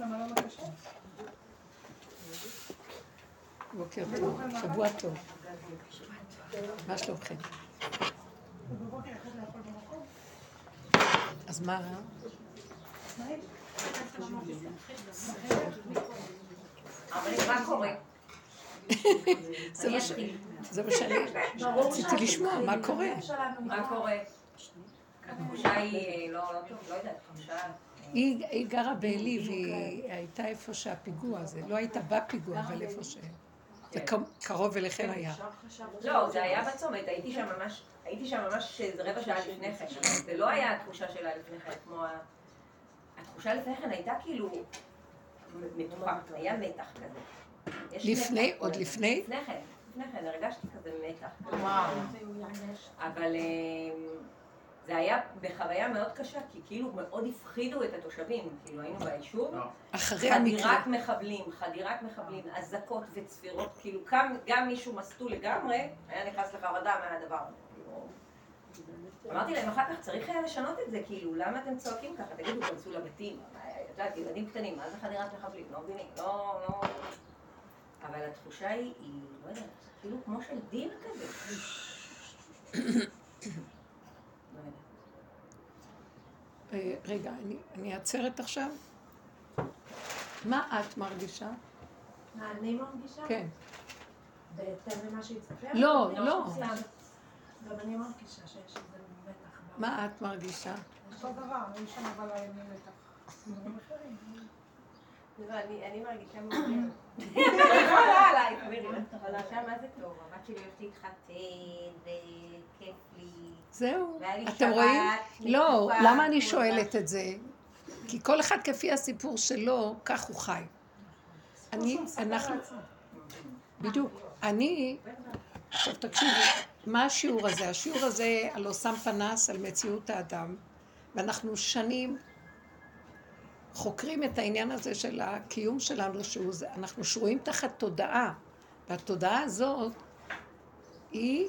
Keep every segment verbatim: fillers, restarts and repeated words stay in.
בוקר טוב, שבוע טוב. מה שלומכם? אז מה רע? אבל מה קורה? זה מה שאני רציתי לשמוע, מה קורה? מה קורה? התחושה היא לא יודעת, תחושה... היא גרה בעלי והיא הייתה איפה שהפיגוע הזה, לא הייתה בפיגוע, אבל איפה ש... זה קרוב אליכם היה. לא, זה היה בצומת, הייתי שם ממש, הייתי שם ממש איזה רבע שעה לפני כן. זה לא היה התחושה שלה לפני כן, כמו... התחושה לפני כן הייתה כאילו מתוחה, היה מתח כזה. לפני? עוד לפני? לפני כן, לפני כן, הרגשתי כזה מתח. אבל זה היה בחוויה מאוד קשה, כי כאילו מאוד הפחידו את התושבים, כאילו היינו ביישוב, חדירת מחבלים, חדירת מחבלים, אזעקות וצפירות, כאילו גם מישהו מסטו לגמרי, היה נכנס לחרדה מהדבר. אמרתי להם אחר כך, צריך היה לשנות את זה, כאילו, למה אתם צועקים ככה? תגידו, כנסו לבתים, את יודעת, ילדים קטנים, מה זה חדירת מחבלים? לא מבינים, לא, לא... אבל התחושה היא, היא, לא יודעת, כאילו כמו של דין כזה. רגע, אני אעצרת עכשיו. מה את מרגישה? מה אני מרגישה? כן. בהתאם למה שהצטפר? לא, לא. גם אני מרגישה שיש איזה מתח. מה את מרגישה? אותו דבר, אני שם אבל הימים מתח. דברים אחרים. אני מרגישה מורים. אני יכולה עליי, תמירי. אבל עכשיו מה זה טוב? הבת שלי הולכת להתחתן, וכיף לי. זהו, אתם רואים? לא, למה אני שואלת את זה? כי כל אחד כפי הסיפור שלו, כך הוא חי. אני, אנחנו... בדיוק. אני... עכשיו תקשיבו, מה השיעור הזה? השיעור הזה הלא שם פנס על מציאות האדם, ואנחנו שנים חוקרים את העניין הזה של הקיום שלנו, שאנחנו שרויים תחת תודעה, והתודעה הזאת היא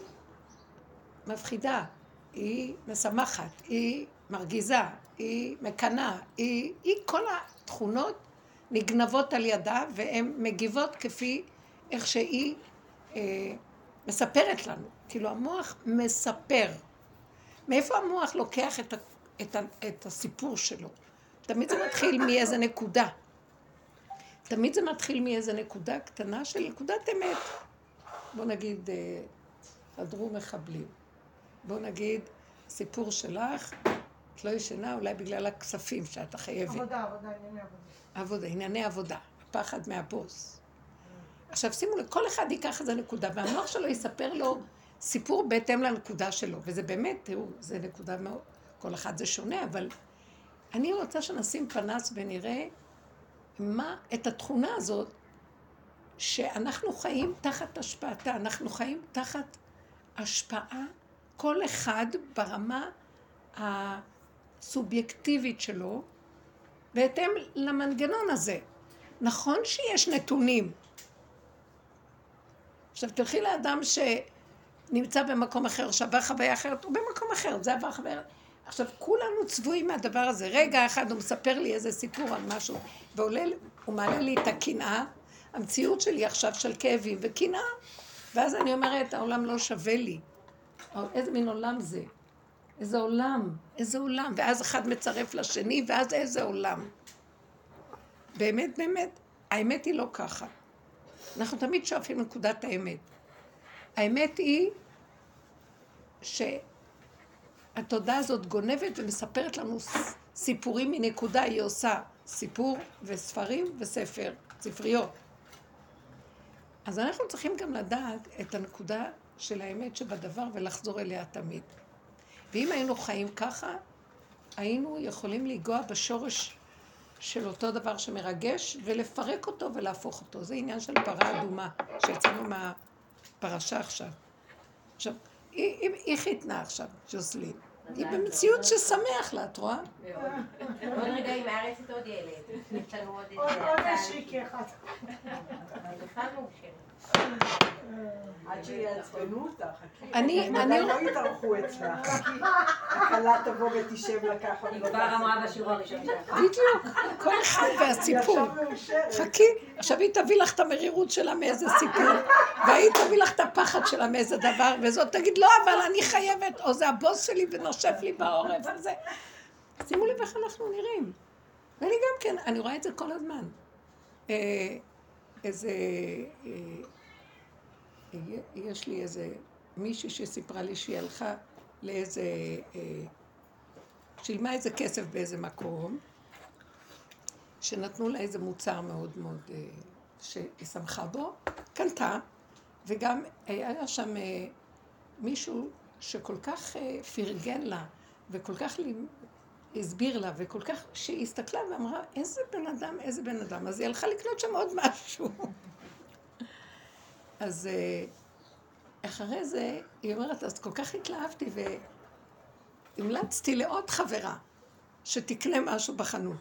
מפחידה, היא משמחת, היא מרגיזה, היא מקנה, היא, היא כל התכונות נגנבות על ידה, והן מגיבות כפי איך שהיא אה, מספרת לנו. כאילו המוח מספר. מאיפה המוח לוקח את, ה, את, ה, את הסיפור שלו? תמיד זה מתחיל מאיזה נקודה. תמיד זה מתחיל מאיזה נקודה קטנה של נקודת אמת. בוא נגיד, חדרו מחבלים. בוא נגיד, סיפור שלך, את לא ישנה אולי בגלל הכספים שאת חייבת. עבודה, עבודה, ענייני עבודה. עבודה, ענייני עבודה. הפחד מהבוס. עכשיו שימו לכל אחד ייקח איזה נקודה, והמוח שלו יספר לו סיפור בהתאם לנקודה שלו. וזה באמת, תראו, זה נקודה מאוד, כל אחד זה שונה, אבל אני רוצה שנשים פנס ונראה מה, את התכונה הזאת, שאנחנו חיים תחת השפעתה, אנחנו חיים תחת השפעה, כל אחד ברמה הסובייקטיבית שלו, בהתאם למנגנון הזה. נכון שיש נתונים. עכשיו תלכי לאדם שנמצא במקום אחר, שעבר חוויה אחרת, הוא במקום אחר, זה עבר חוויה אחרת. עכשיו כולנו צבועים מהדבר הזה. רגע אחד הוא מספר לי איזה סיפור על משהו, ועולה, הוא מעלה לי את הקנאה, המציאות שלי עכשיו של כאבים וקנאה, ואז אני אומרת, העולם לא שווה לי. איזה מין עולם זה? איזה עולם? איזה עולם? ואז אחד מצרף לשני, ואז איזה עולם? באמת, באמת, האמת היא לא ככה. אנחנו תמיד שואפים לנקודת האמת. האמת היא שהתודעה הזאת גונבת ומספרת לנו סיפורים מנקודה, היא עושה סיפור וספרים וספר, ספריות. אז אנחנו צריכים גם לדעת את הנקודה של האמת שבדבר ולחזור אליה תמיד. ואם היינו חיים ככה, היינו יכולים לגוע בשורש של אותו דבר שמרגש ולפרק אותו ולהפוך אותו. זה עניין של פרה אדומה שיצאנו מהפרשה עכשיו. עכשיו, היא, היא, היא חיתנה עכשיו, ג'וסלין. היא במציאות ששמח לה, את רואה? עוד רגע היא מארצת עוד ילד. יש לנו עוד עוד השיקי אחד. בכלל מאושרת. עד שיעצבנו אותה, חכי. אני, אני... לא יתארחו אצלה, חכי. הקלה תבוא ותשב לקחת. היא כבר אמרה בשיעור הראשון שלך. בדיוק, כל אחד והסיפור. חכי, עכשיו היא תביא לך את המרירות שלה מאיזה סיפור, והיא תביא לך את הפחד שלה מאיזה דבר, וזאת תגיד, לא, אבל אני חייבת, או זה הבוס שלי ונושף לי בעורף, וזה. שימו לב איך אנחנו נראים. ואני גם כן, אני רואה את זה כל הזמן. איזה... יש לי איזה מישהי שסיפרה לי שהיא הלכה לאיזה... שילמה איזה כסף באיזה מקום, שנתנו לה איזה מוצר מאוד מאוד שהיא שמחה בו, קנתה, וגם היה שם מישהו שכל כך פרגן לה, וכל כך הסביר לה, וכל כך שהיא הסתכלה ואמרה, איזה בן אדם, איזה בן אדם. אז היא הלכה לקנות שם עוד משהו. אז אחרי זה, היא אומרת, אז כל כך התלהבתי והמלצתי לעוד חברה שתקנה משהו בחנות.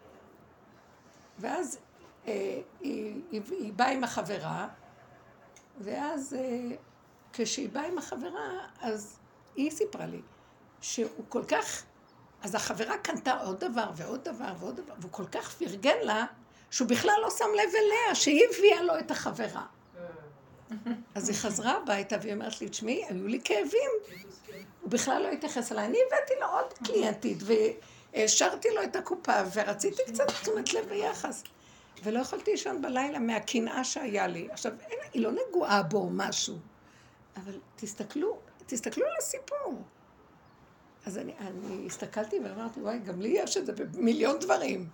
ואז אה, היא, היא, היא באה עם החברה, ואז אה, כשהיא באה עם החברה, אז היא סיפרה לי שהוא כל כך, אז החברה קנתה עוד דבר ועוד דבר ועוד דבר, והוא כל כך פרגן לה, שהוא בכלל לא שם לב אליה, שהיא הביאה לו את החברה. אז היא חזרה הביתה והיא אומרת לי, תשמעי, היו לי כאבים. הוא בכלל לא התייחס אליי. אני הבאתי לו עוד קליינטית והשארתי לו את הקופה ורציתי קצת תשומת לב ביחס. ולא יכולתי לישון בלילה מהקנאה שהיה לי. עכשיו, אין, היא לא נגועה בו משהו. אבל תסתכלו, תסתכלו על הסיפור. אז אני, אני הסתכלתי ואמרתי, וואי, גם לי יש את זה במיליון דברים.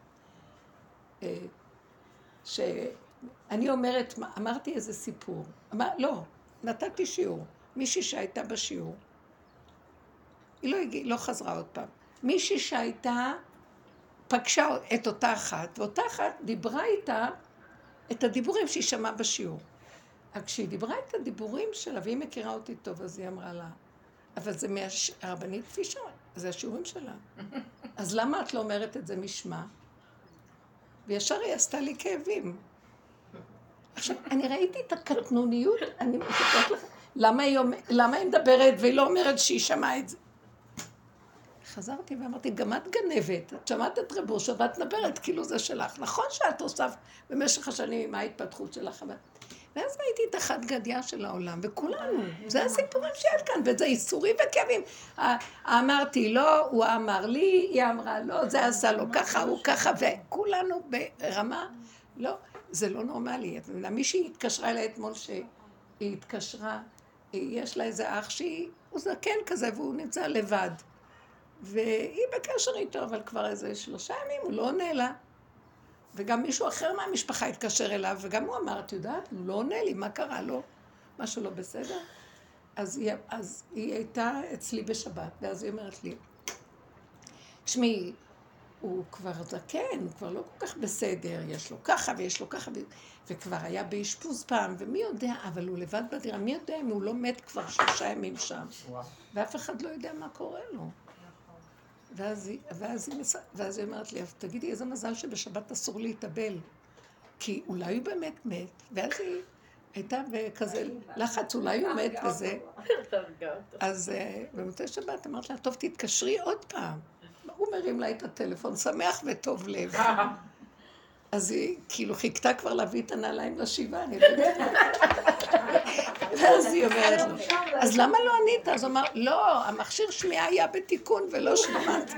ש... אני אומרת, אמרתי איזה סיפור, אמר, לא, נתתי שיעור, מישהי שהייתה בשיעור, היא לא, הגיע, לא חזרה עוד פעם, מישהי שהייתה, פגשה את אותה אחת, ואותה אחת דיברה איתה את הדיבורים שהיא שמעה בשיעור. אז כשהיא דיברה את הדיבורים שלה, והיא מכירה אותי טוב, אז היא אמרה לה, אבל זה מהרבנית פישר, זה השיעורים שלה. אז למה את לא אומרת את זה משמה? וישר היא עשתה לי כאבים. עכשיו, אני ראיתי את הקטנוניות, אני מספרת לך, למה היא, למה היא מדברת והיא לא אומרת שהיא שמעה את זה? חזרתי ואמרתי, גם את גנבת, את שמעת את רבו שבת מדברת, כאילו זה שלך. נכון שאת עושה במשך השנים מה ההתפתחות שלך, ואז ראיתי את החד גדיה של העולם, וכולנו, זה הסיפורים שיש כאן, וזה איסורים וכאבים. אמרתי לא, הוא אמר לי, היא אמרה לא, זה עשה לו ככה, הוא ככה, וכולנו ברמה, לא. זה לא נורמלי. מישהי התקשרה אליי אתמול שהיא התקשרה, יש לה איזה אח שהיא, הוא זקן כזה והוא נמצא לבד. והיא בקשר איתו, אבל כבר איזה שלושה ימים הוא לא עונה לה. וגם מישהו אחר מהמשפחה התקשר אליו, וגם הוא אמר, את יודעת, הוא לא עונה לי, מה קרה לו? משהו לא בסדר? אז היא, אז היא הייתה אצלי בשבת, ואז היא אומרת לי, תשמעי, הוא כבר זקן, הוא כבר לא כל כך בסדר, יש לו ככה ויש לו ככה, ו... וכבר היה באשפוז פעם, ומי יודע, אבל הוא לבד בדירה, מי יודע אם הוא לא מת כבר שלושה ימים שם, ואף אחד לא יודע מה קורה לו. ואז היא, ואז היא, ואז היא אומרת לי, תגידי, איזה מזל שבשבת אסור להתאבל, כי אולי הוא באמת מת, ואז היא הייתה בכזה לחץ, אולי הוא מת וזה. אז במוצאי שבת אמרת לה, טוב, תתקשרי עוד פעם. הוא מרים לה את הטלפון, שמח וטוב לב. אז היא כאילו חיכתה כבר להביא את הנעליים לשבעה, אני לא יודעת. ואז היא אומרת לו, אז למה לא ענית? אז הוא אמר, לא, המכשיר שמיעה היה בתיקון ולא שמעת.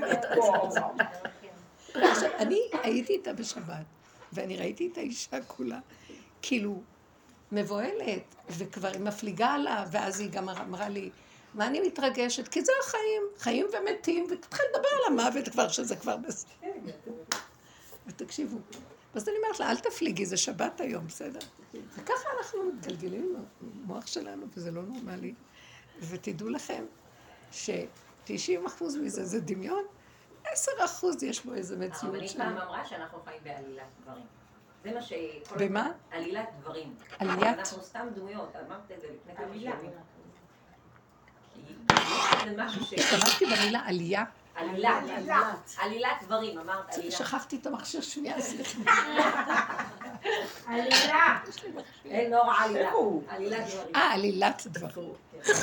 עכשיו, אני הייתי איתה בשבת, ואני ראיתי את האישה כולה, כאילו, מבועלת, וכבר היא מפליגה עליו, ואז היא גם אמרה לי, מה אני מתרגשת? כי זה החיים, חיים ומתים, ותתחיל לדבר על המוות כבר, שזה כבר בסדר. ותקשיבו. ואז אני אומרת לה, אל תפליגי, זה שבת היום, בסדר? וככה אנחנו מתגלגלים במוח שלנו, וזה לא נורמלי. ותדעו לכם ש-תשעים אחוז מזה זה דמיון, עשרה אחוז יש בו איזה מציאות שלנו. אבל היא פעם אמרה שאנחנו חיים בעלילת דברים. זה מה ש... במה? עלילת דברים. עליית? אנחנו סתם דמויות, אמרת את זה לפני כמה שנים. זה משהו ש... השתמשתי במילה עלייה. עלילה, עלילת דברים, אמרת עלילה. שכחתי את המכשיר שמיעה, סליחה. עלילה. אין נורא עלילה. עלילת דברים. אה, עלילת דברים.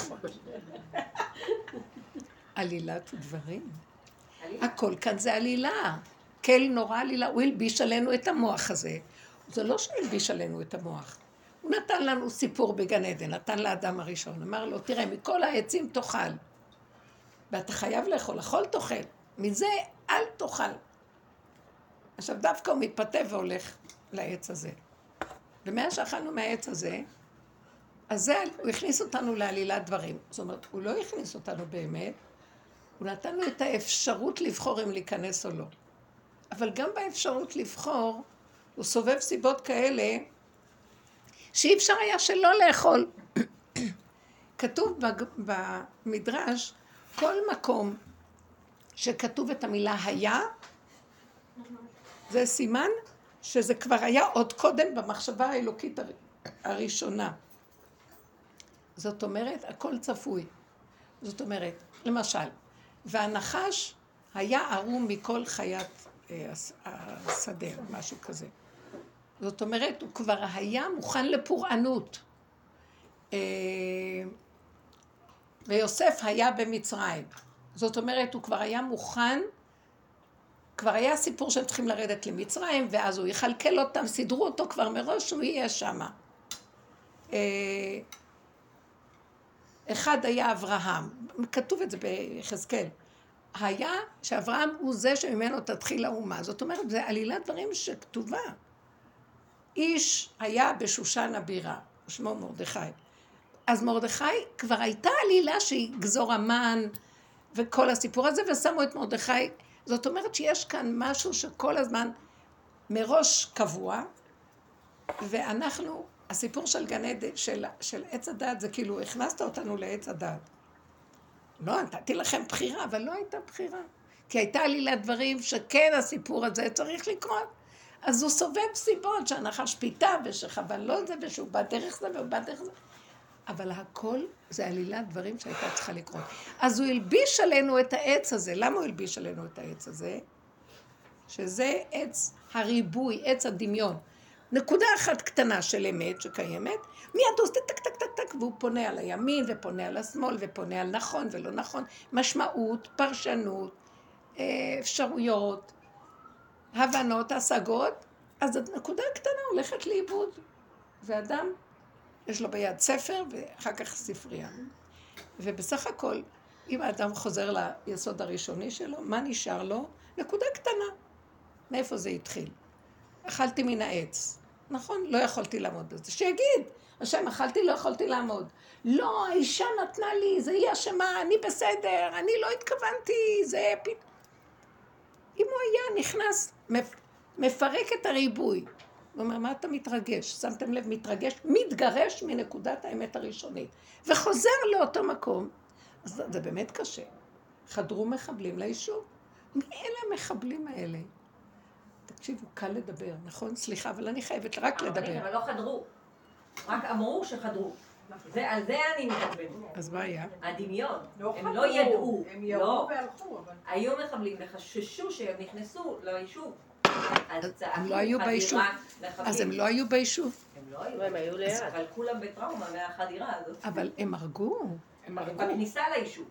עלילת דברים. הכל כאן זה עלילה. כל נורא עלילה. הוא הלביש עלינו את המוח הזה. זה לא שהוא הלביש עלינו את המוח. הוא נתן לנו סיפור בגן עדן, נתן לאדם הראשון. אמר לו, תראה, מכל העצים תאכל. ואתה חייב לאכול, אכול תאכל. מזה אל תאכל. עכשיו דווקא הוא מתפתה והולך לעץ הזה. ומאז שאכלנו מהעץ הזה, אז זה, הוא הכניס אותנו לעלילת דברים. זאת אומרת, הוא לא הכניס אותנו באמת, הוא נתן לו את האפשרות לבחור אם להיכנס או לא. אבל גם באפשרות לבחור, הוא סובב סיבות כאלה, שאי אפשר היה שלא לאכול. כתוב במדרש, כל מקום שכתוב את המילה היה, זה סימן שזה כבר היה עוד קודם במחשבה האלוקית הראשונה. זאת אומרת, הכל צפוי. זאת אומרת, למשל, והנחש היה ערום מכל חיית השדה, משהו כזה. זאת אומרת, הוא כבר היה מוכן לפורענות. ויוסף היה במצרים. זאת אומרת, הוא כבר היה מוכן, כבר היה סיפור שהם צריכים לרדת למצרים, ואז הוא יחלקל אותם, סידרו אותו כבר מראש, הוא יהיה שם. אחד היה אברהם, כתוב את זה ביחזקאל, היה שאברהם הוא זה שממנו תתחיל האומה. זאת אומרת, זה עלילת דברים שכתובה. איש היה בשושן הבירה, שמו מרדכי. אז מרדכי כבר הייתה עלילה שיגזור המן וכל הסיפור הזה, ושמו את מרדכי. זאת אומרת שיש כאן משהו שכל הזמן מראש קבוע, ואנחנו, הסיפור של גן עדן, של, של עץ הדת, זה כאילו הכנסת אותנו לעץ הדת. לא, נתתי לכם בחירה, אבל לא הייתה בחירה. כי הייתה עלילת דברים שכן הסיפור הזה צריך לקרות. אז הוא סובב סיבות שהנחש פיתה ושחבל לא זה ושהוא בא דרך זה והוא בא דרך זה. אבל הכל זה עלילת דברים שהייתה צריכה לקרות. אז הוא הלביש עלינו את העץ הזה. למה הוא הלביש עלינו את העץ הזה? שזה עץ הריבוי, עץ הדמיון. נקודה אחת קטנה של אמת שקיימת, מיד הוא עושה טק טק טק טק, והוא פונה על הימין ופונה על השמאל ופונה על נכון ולא נכון. משמעות, פרשנות, אפשרויות, הבנות, השגות. אז הנקודה הקטנה הולכת לאיבוד. ואדם יש לו ביד ספר ואחר כך ספרייה. ובסך הכל, אם האדם חוזר ליסוד הראשוני שלו, מה נשאר לו? נקודה קטנה. מאיפה זה התחיל? אכלתי מן העץ. נכון, לא יכולתי לעמוד בזה. שיגיד, השם, אכלתי, לא יכולתי לעמוד. לא, האישה נתנה לי, זה היא אשמה, אני בסדר, אני לא התכוונתי, זה פית... אם הוא היה נכנס, מפרק את הריבוי. הוא אומר, מה אתה מתרגש? שמתם לב, מתרגש, מתגרש מנקודת האמת הראשונית. וחוזר לאותו מקום. אז זה באמת קשה. חדרו מחבלים ליישוב. מי אלה המחבלים האלה? תקשיבו, קל לדבר, נכון? סליחה, אבל אני חייבת רק לדבר. אבל לא חדרו. רק אמרו שחדרו. על זה אני מתכוון. אז מה היה? הדמיון. הם לא ידעו. הם ירו והלכו. היו מחבלים וחששו שהם נכנסו ליישוב. הם לא היו ביישוב. אז הם לא היו ביישוב? הם לא היו. הם היו ליד. אבל כולם בטראומה מהחדירה הזאת. אבל הם הרגו. הם הרגו. בכניסה ליישוב.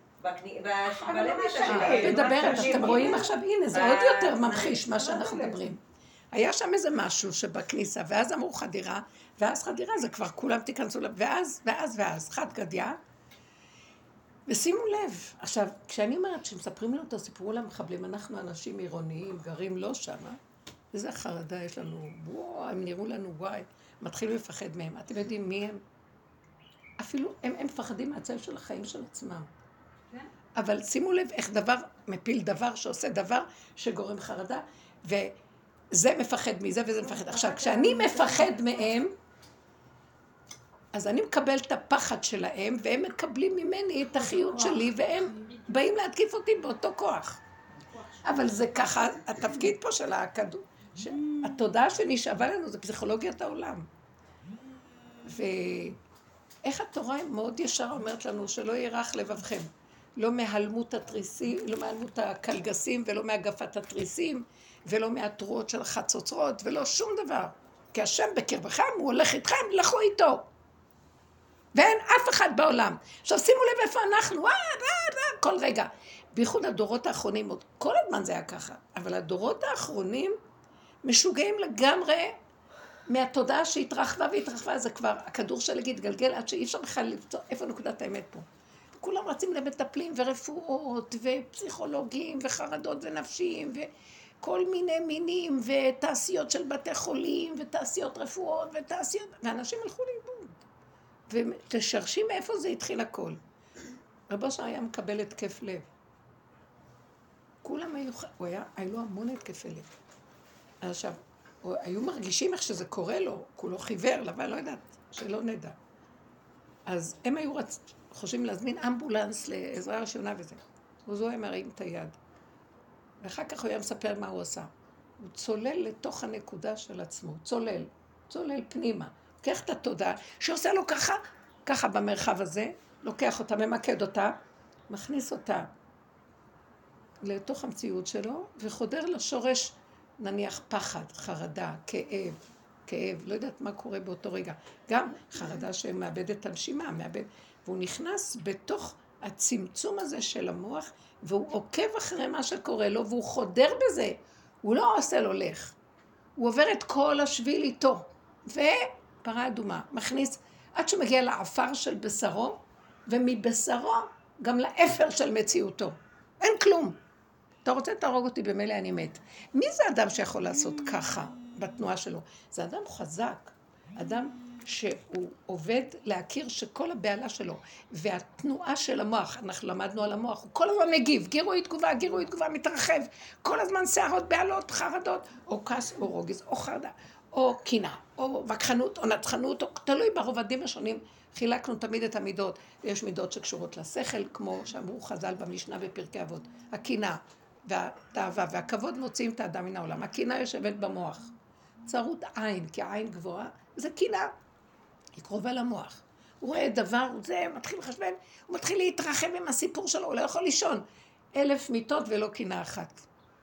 מדברת, אתם רואים עכשיו, הנה, זה עוד יותר ממחיש מה שאנחנו מדברים. היה שם איזה משהו שבכניסה, ואז אמרו חדירה, ואז חדירה זה כבר כולם תיכנסו, ואז, ואז, ואז, חד גדיה. ושימו לב, עכשיו, כשאני אומרת שמספרים לנו את הסיפור למחבלים, אנחנו אנשים עירוניים, גרים לא שמה, איזה חרדה יש לנו, וואו, הם נראו לנו, וואי, מתחילים לפחד מהם. אתם יודעים מי הם? אפילו, הם, הם מפחדים מהצל של החיים של עצמם. אבל שימו לב איך דבר מפיל דבר שעושה דבר שגורם חרדה, וזה מפחד מזה וזה מפחד. עכשיו, כשאני מפחד מהם, אז אני מקבל את הפחד שלהם, והם מקבלים ממני את החיות שלי, והם באים להתקיף אותי באותו כוח. אבל זה ככה, התפקיד פה של הכדור, התודעה שנשאבה לנו זה פסיכולוגיית העולם. ו... איך התורה מאוד ישר אומרת לנו שלא ירח לבבכם, לא מהלמות התריסים, לא מהלמות הקלגסים ולא מהגפת התריסים ולא מהתרועות של החצוצרות ולא שום דבר. כי השם בקרבכם, הוא הולך איתכם, לכו איתו. ואין אף אחד בעולם. עכשיו שימו לב איפה אנחנו, אה, אה, אה, כל רגע. בייחוד הדורות האחרונים, כל הזמן זה היה ככה, אבל הדורות האחרונים משוגעים לגמרי מהתודעה שהתרחבה והתרחבה, זה כבר הכדור שלג התגלגל עד שאי אפשר בכלל לבצוע איפה נקודת האמת פה. כולם רצים למטפלים ורפואות ופסיכולוגים וחרדות ונפשיים וכל מיני מינים ותעשיות של בתי חולים ותעשיות רפואות ותעשיות, ואנשים הלכו לאיבוד. ותשרשים מאיפה זה התחיל הכל. רב אושר היה מקבל התקף לב. כולם היו, הוא היה, היו לו המון התקפי לב. עכשיו, היו מרגישים איך שזה קורה לו, כולו חיוור, אבל לא יודעת, שלא נדע. אז הם היו רצ... חושבים להזמין אמבולנס לעזרה ראשונה וזה. הוא היה מרים את היד. ואחר כך הוא היה מספר מה הוא עשה. הוא צולל לתוך הנקודה של עצמו, צולל, צולל פנימה. לוקח את התודעה, שעושה לו ככה, ככה במרחב הזה, לוקח אותה, ממקד אותה, מכניס אותה לתוך המציאות שלו, וחודר לשורש, נניח פחד, חרדה, כאב, כאב, לא יודעת מה קורה באותו רגע. גם חרדה שמאבד את הנשימה, מאבד, והוא נכנס בתוך הצמצום הזה של המוח, והוא עוקב אחרי מה שקורה לו, והוא חודר בזה, הוא לא עושה לו לך, הוא עובר את כל השביל איתו, ופרה אדומה, מכניס, עד שהוא מגיע לעפר של בשרו, ומבשרו גם לאפר של מציאותו. אין כלום. אתה רוצה תהרוג אותי, במילא אני מת. מי זה אדם שיכול לעשות ככה בתנועה שלו? זה אדם חזק, אדם שהוא עובד להכיר שכל הבעלה שלו, והתנועה של המוח, אנחנו למדנו על המוח, הוא כל הזמן מגיב, גירוי תגובה, גירוי תגובה, מתרחב, כל הזמן שערות, בעלות, חרדות, או כעס, או רוגז, או חרדה, או קינה, או וכחנות, או נצחנות, או תלוי ברובדים השונים. חילקנו תמיד את המידות, יש מידות שקשורות לשכל, כמו שאמרו חז"ל במשנה בפרקי אבות, הקינה והתאווה והכבוד מוציאים את האדם מן העולם, הקינה יושבת במוח, צרות עין, כי העין גבוהה, זה קינה, היא קרובה למוח, הוא רואה דבר, זה מתחיל לחשבן, הוא מתחיל להתרחב עם הסיפור שלו, הוא לא יכול לישון, אלף מיטות ולא קינה אחת.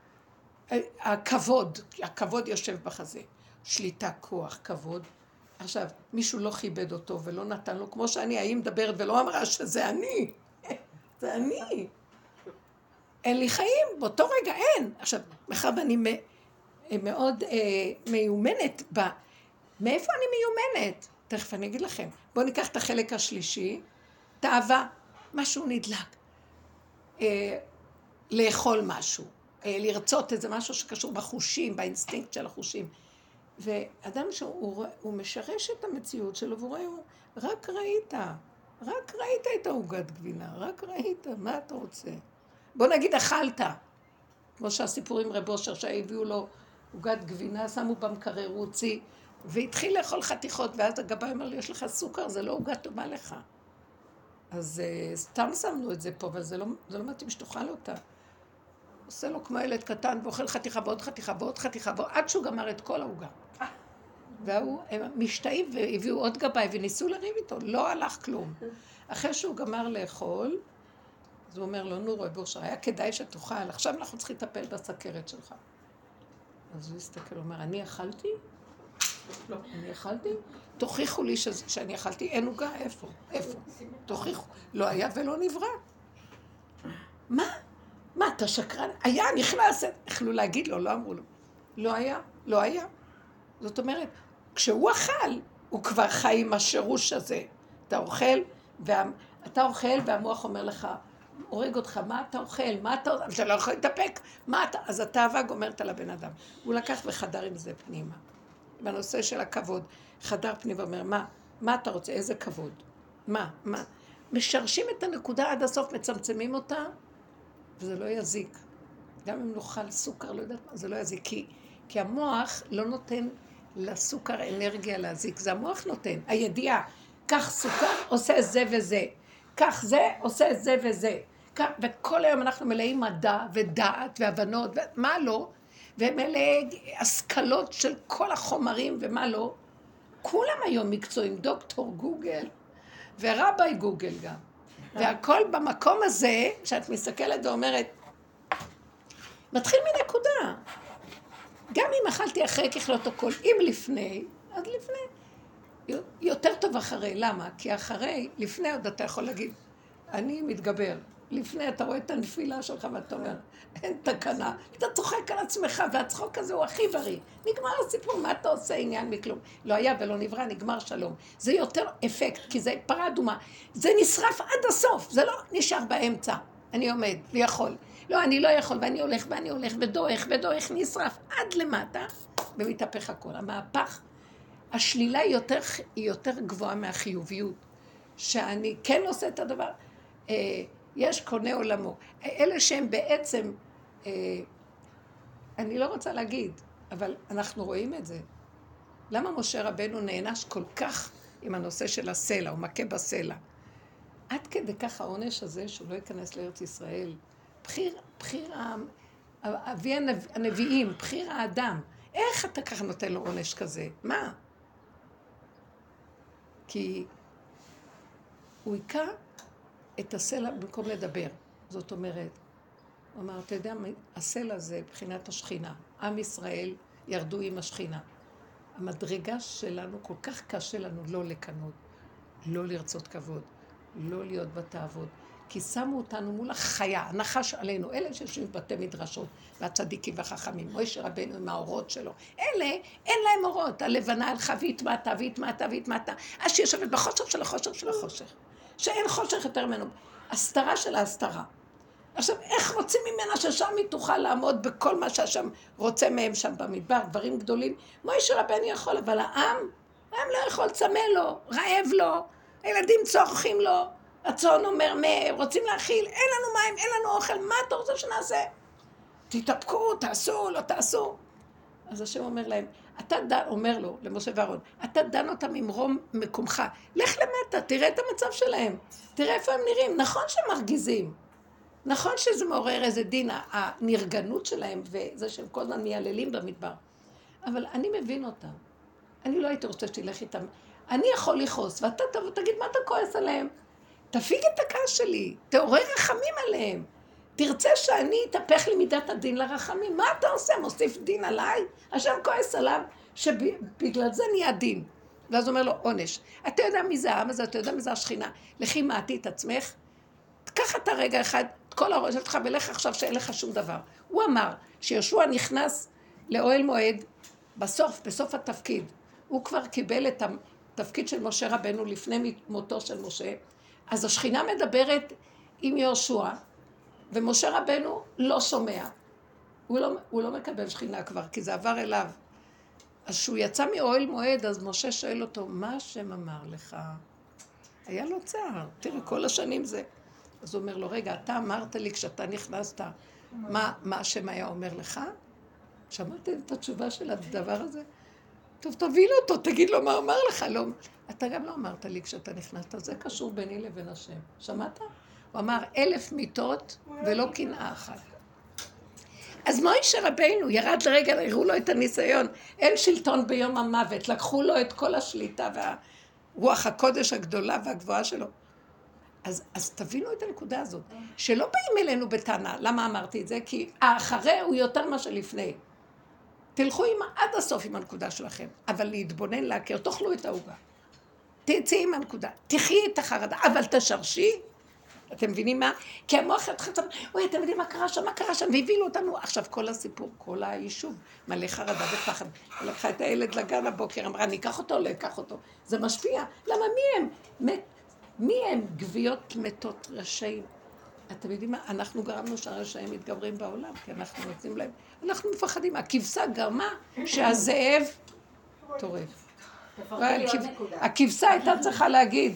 הכבוד, הכבוד יושב בחזה, שליטה, כוח, כבוד. עכשיו, מישהו לא כיבד אותו ולא נתן לו, כמו שאני, היא מדברת ולא אמרה שזה אני, זה אני. אין לי חיים, באותו רגע אין. עכשיו, מאחר ואני מאוד אה, מיומנת ב... מאיפה אני מיומנת? תכף אני אגיד לכם. בואו ניקח את החלק השלישי, תאווה, משהו נדלק, אה, לאכול משהו, אה, לרצות איזה משהו שקשור בחושים, באינסטינקט של החושים. ואדם שהוא משרש את המציאות שלו, והוא רואה, רק ראית, רק ראית את העוגת גבינה, רק ראית, מה אתה רוצה? בוא נגיד, אכלת, כמו שהסיפור עם רב אושר, שהביאו לו עוגת גבינה, שמו במקרר, הוא הוציא, והתחיל לאכול חתיכות, ואז הגבאי אומר לי, יש לך סוכר, זה לא עוגה טובה לך. אז uh, סתם שמנו את זה פה, אבל זה לא, זה לא מתאים שתאכל אותה. עושה לו כמו ילד קטן, ואוכל חתיכה ועוד חתיכה ועוד חתיכה, ועד שהוא גמר את כל העוגה. והוא, הם משתאים והביאו עוד גבאי, וניסו לריב איתו, לא הלך כלום. אחרי שהוא גמר לאכול, אז הוא אומר לו, נו רב אושר, היה כדאי שתאכל, עכשיו אנחנו צריכים לטפל בסכרת שלך. אז הוא הסתכל, הוא אומר, אני אכלתי? לא. אני אכלתי? תוכיחו לי ש... שאני אכלתי, אין עוגה, איפה? איפה? תוכיחו. לא היה ולא נברא. מה? מה, אתה שקרן? היה, נכנס, יכלו להגיד לו, לא אמרו לו. לא היה, לא היה. זאת אומרת, כשהוא אכל, הוא כבר חי עם השירוש הזה. אתה אוכל, וה... אתה אוכל, והמוח אומר לך, הורג אותך, מה אתה אוכל? מה אתה... אתה לא יכול להתאפק. מה אתה... אז התאווה גומרת על הבן אדם. הוא לקח וחדר עם זה פנימה. בנושא של הכבוד. חדר פנימה ואומר, מה? מה אתה רוצה? איזה כבוד? מה? מה? משרשים את הנקודה עד הסוף, מצמצמים אותה, וזה לא יזיק. גם אם נאכל סוכר, לא יודעת מה, זה לא יזיק. כי, כי המוח לא נותן לסוכר אנרגיה להזיק. זה המוח נותן. הידיעה, כך סוכר עושה זה וזה. כך זה עושה זה וזה. כך, וכל היום אנחנו מלאים מדע ודעת והבנות, ומה לא? ומלא השכלות של כל החומרים ומה לא. כולם היום מקצועים, דוקטור גוגל, ורבי גוגל גם. והכל במקום הזה, שאת מסתכלת ואומרת, מתחיל מנקודה. גם אם אכלתי אחרי ככלות הכל, אם לפני, אז לפני. יותר טוב אחרי, למה? כי אחרי, לפני עוד אתה יכול להגיד, אני מתגבר. לפני אתה רואה את הנפילה שלך ואתה אומר, אין תקנה. אתה צוחק על עצמך, והצחוק הזה הוא הכי בריא. נגמר הסיפור, מה אתה עושה עניין מכלום? לא היה ולא נברא, נגמר שלום. זה יותר אפקט, כי זה פרה אדומה. זה נשרף עד הסוף, זה לא נשאר באמצע. אני עומד ויכול. לא, אני לא יכול, ואני הולך ואני הולך ודורך ודורך, נשרף עד למטה, ומתהפך הכל. המהפך, השלילה היא יותר, היא יותר גבוהה מהחיוביות, שאני כן עושה את הדבר. יש קונה עולמו. אלה שהם בעצם, אני לא רוצה להגיד, אבל אנחנו רואים את זה. למה משה רבנו נענש כל כך עם הנושא של הסלע, הוא מכה בסלע? עד כדי כך העונש הזה שהוא לא ייכנס לארץ ישראל. בחיר, בחיר אבי הנביאים, בחיר האדם. איך אתה ככה נותן לו עונש כזה? מה? כי הוא היכה את הסלע במקום לדבר. זאת אומרת, הוא אמר, אתה יודע, הסלע זה בחינת השכינה. עם ישראל ירדו עם השכינה. המדרגה שלנו כל כך קשה לנו לא לקנות, לא לרצות כבוד, לא להיות בתאוות. כי שמו אותנו מול החיה, הנחש עלינו, אלה שיושבים בבתי מדרשות, והצדיקים והחכמים, מוישה רבנו עם האורות שלו. אלה, אין להם אורות, הלבנה הלכה והתמעטה והתמעטה והתמעטה, אז שהיא יושבת בחושך של החושך של החושך. שאין חושך יותר ממנו. הסתרה של ההסתרה. עכשיו, איך רוצים ממנה ששם היא תוכל לעמוד בכל מה שהשם רוצה מהם שם במדבר, דברים גדולים? מוישה רבנו יכול, אבל העם, העם לא יכול, צמא לו, רעב לו, הילדים צורכים לו, הצאן אומר, מה, רוצים להאכיל, אין לנו מים, אין לנו אוכל, מה אתה רוצה שנעשה? תתאפקו, תעשו, לא תעשו. אז השם אומר להם, אתה דן, אומר לו, למשה ואהרון, אתה דן אותם ממרום מקומך, לך למטה, תראה את המצב שלהם, תראה איפה הם נראים, נכון שהם מרגיזים, נכון שזה מעורר איזה דין, הנרגנות שלהם, וזה שהם כל הזמן מייללים במדבר, אבל אני מבין אותם, אני לא הייתי רוצה שתלך איתם, אני יכול לכעוס, ואתה תבוא, תגיד מה אתה כועס עליהם, תפיג את הכעס שלי, תעורר רחמים עליהם, תרצה שאני אתהפך לי מידת הדין לרחמים, מה אתה עושה? מוסיף דין עליי? השם כועס עליו שבגלל זה נהיה דין. ואז אומר לו, עונש. אתה יודע מי זה העם הזה, אתה יודע מי זה השכינה. לכי מעטי את עצמך, קח את הרגע אחד, את כל הראש שלך, ולך עכשיו שאין לך שום דבר. הוא אמר שיהושע נכנס לאוהל מועד, בסוף, בסוף התפקיד. הוא כבר קיבל את התפקיד של משה רבנו לפני מותו של משה. אז השכינה מדברת עם יהושע, ומשה רבנו לא שומע. הוא לא, הוא לא מקבל שכינה כבר, כי זה עבר אליו. אז כשהוא יצא מאוהל מועד, אז משה שואל אותו, מה השם אמר לך? היה לו צער, תראי, כל השנים זה. אז הוא אומר לו, רגע, אתה אמרת לי כשאתה נכנסת, מה, מה השם היה אומר לך? שמעתם את התשובה של הדבר הזה? טוב, תבין אותו, תגיד לו מה אמר לך. לא, אתה גם לא אמרת לי כשאתה נכנסת, זה קשור ביני לבין השם. שמעת? הוא אמר, אלף מיטות ולא קנאה אחת. אז מוישה רבנו ירד לרגע, הראו לו את הניסיון, אין שלטון ביום המוות, לקחו לו את כל השליטה והרוח הקודש הגדולה והגבוהה שלו. אז, אז תבינו את הנקודה הזאת, שלא באים אלינו בטענה, למה אמרתי את זה? כי האחרי הוא יותר מה שלפני. תלכו עם, עד הסוף עם הנקודה שלכם, אבל להתבונן, להכיר, תאכלו את העוגה. תצאי עם הנקודה, תחי את החרדה, אבל תשרשי. אתם מבינים מה? כי המוח יתחיל, אוי, אתם יודעים מה קרה שם, מה קרה שם, והבילו אותנו. עכשיו כל הסיפור, כל היישוב, מלא חרדה ופחד. היא לקחה את הילד לגן הבוקר, אמרה, ניקח אותו, לא אקח אותו. זה משפיע. למה? מי הם? מת, מי הם? גוויות מתות רשעים. אתם יודעים מה? אנחנו גרמנו שהרשעים מתגברים בעולם, כי אנחנו נותנים להם. אנחנו מפחדים. הכבשה גרמה שהזאב טורף. הכבשה הייתה צריכה להגיד,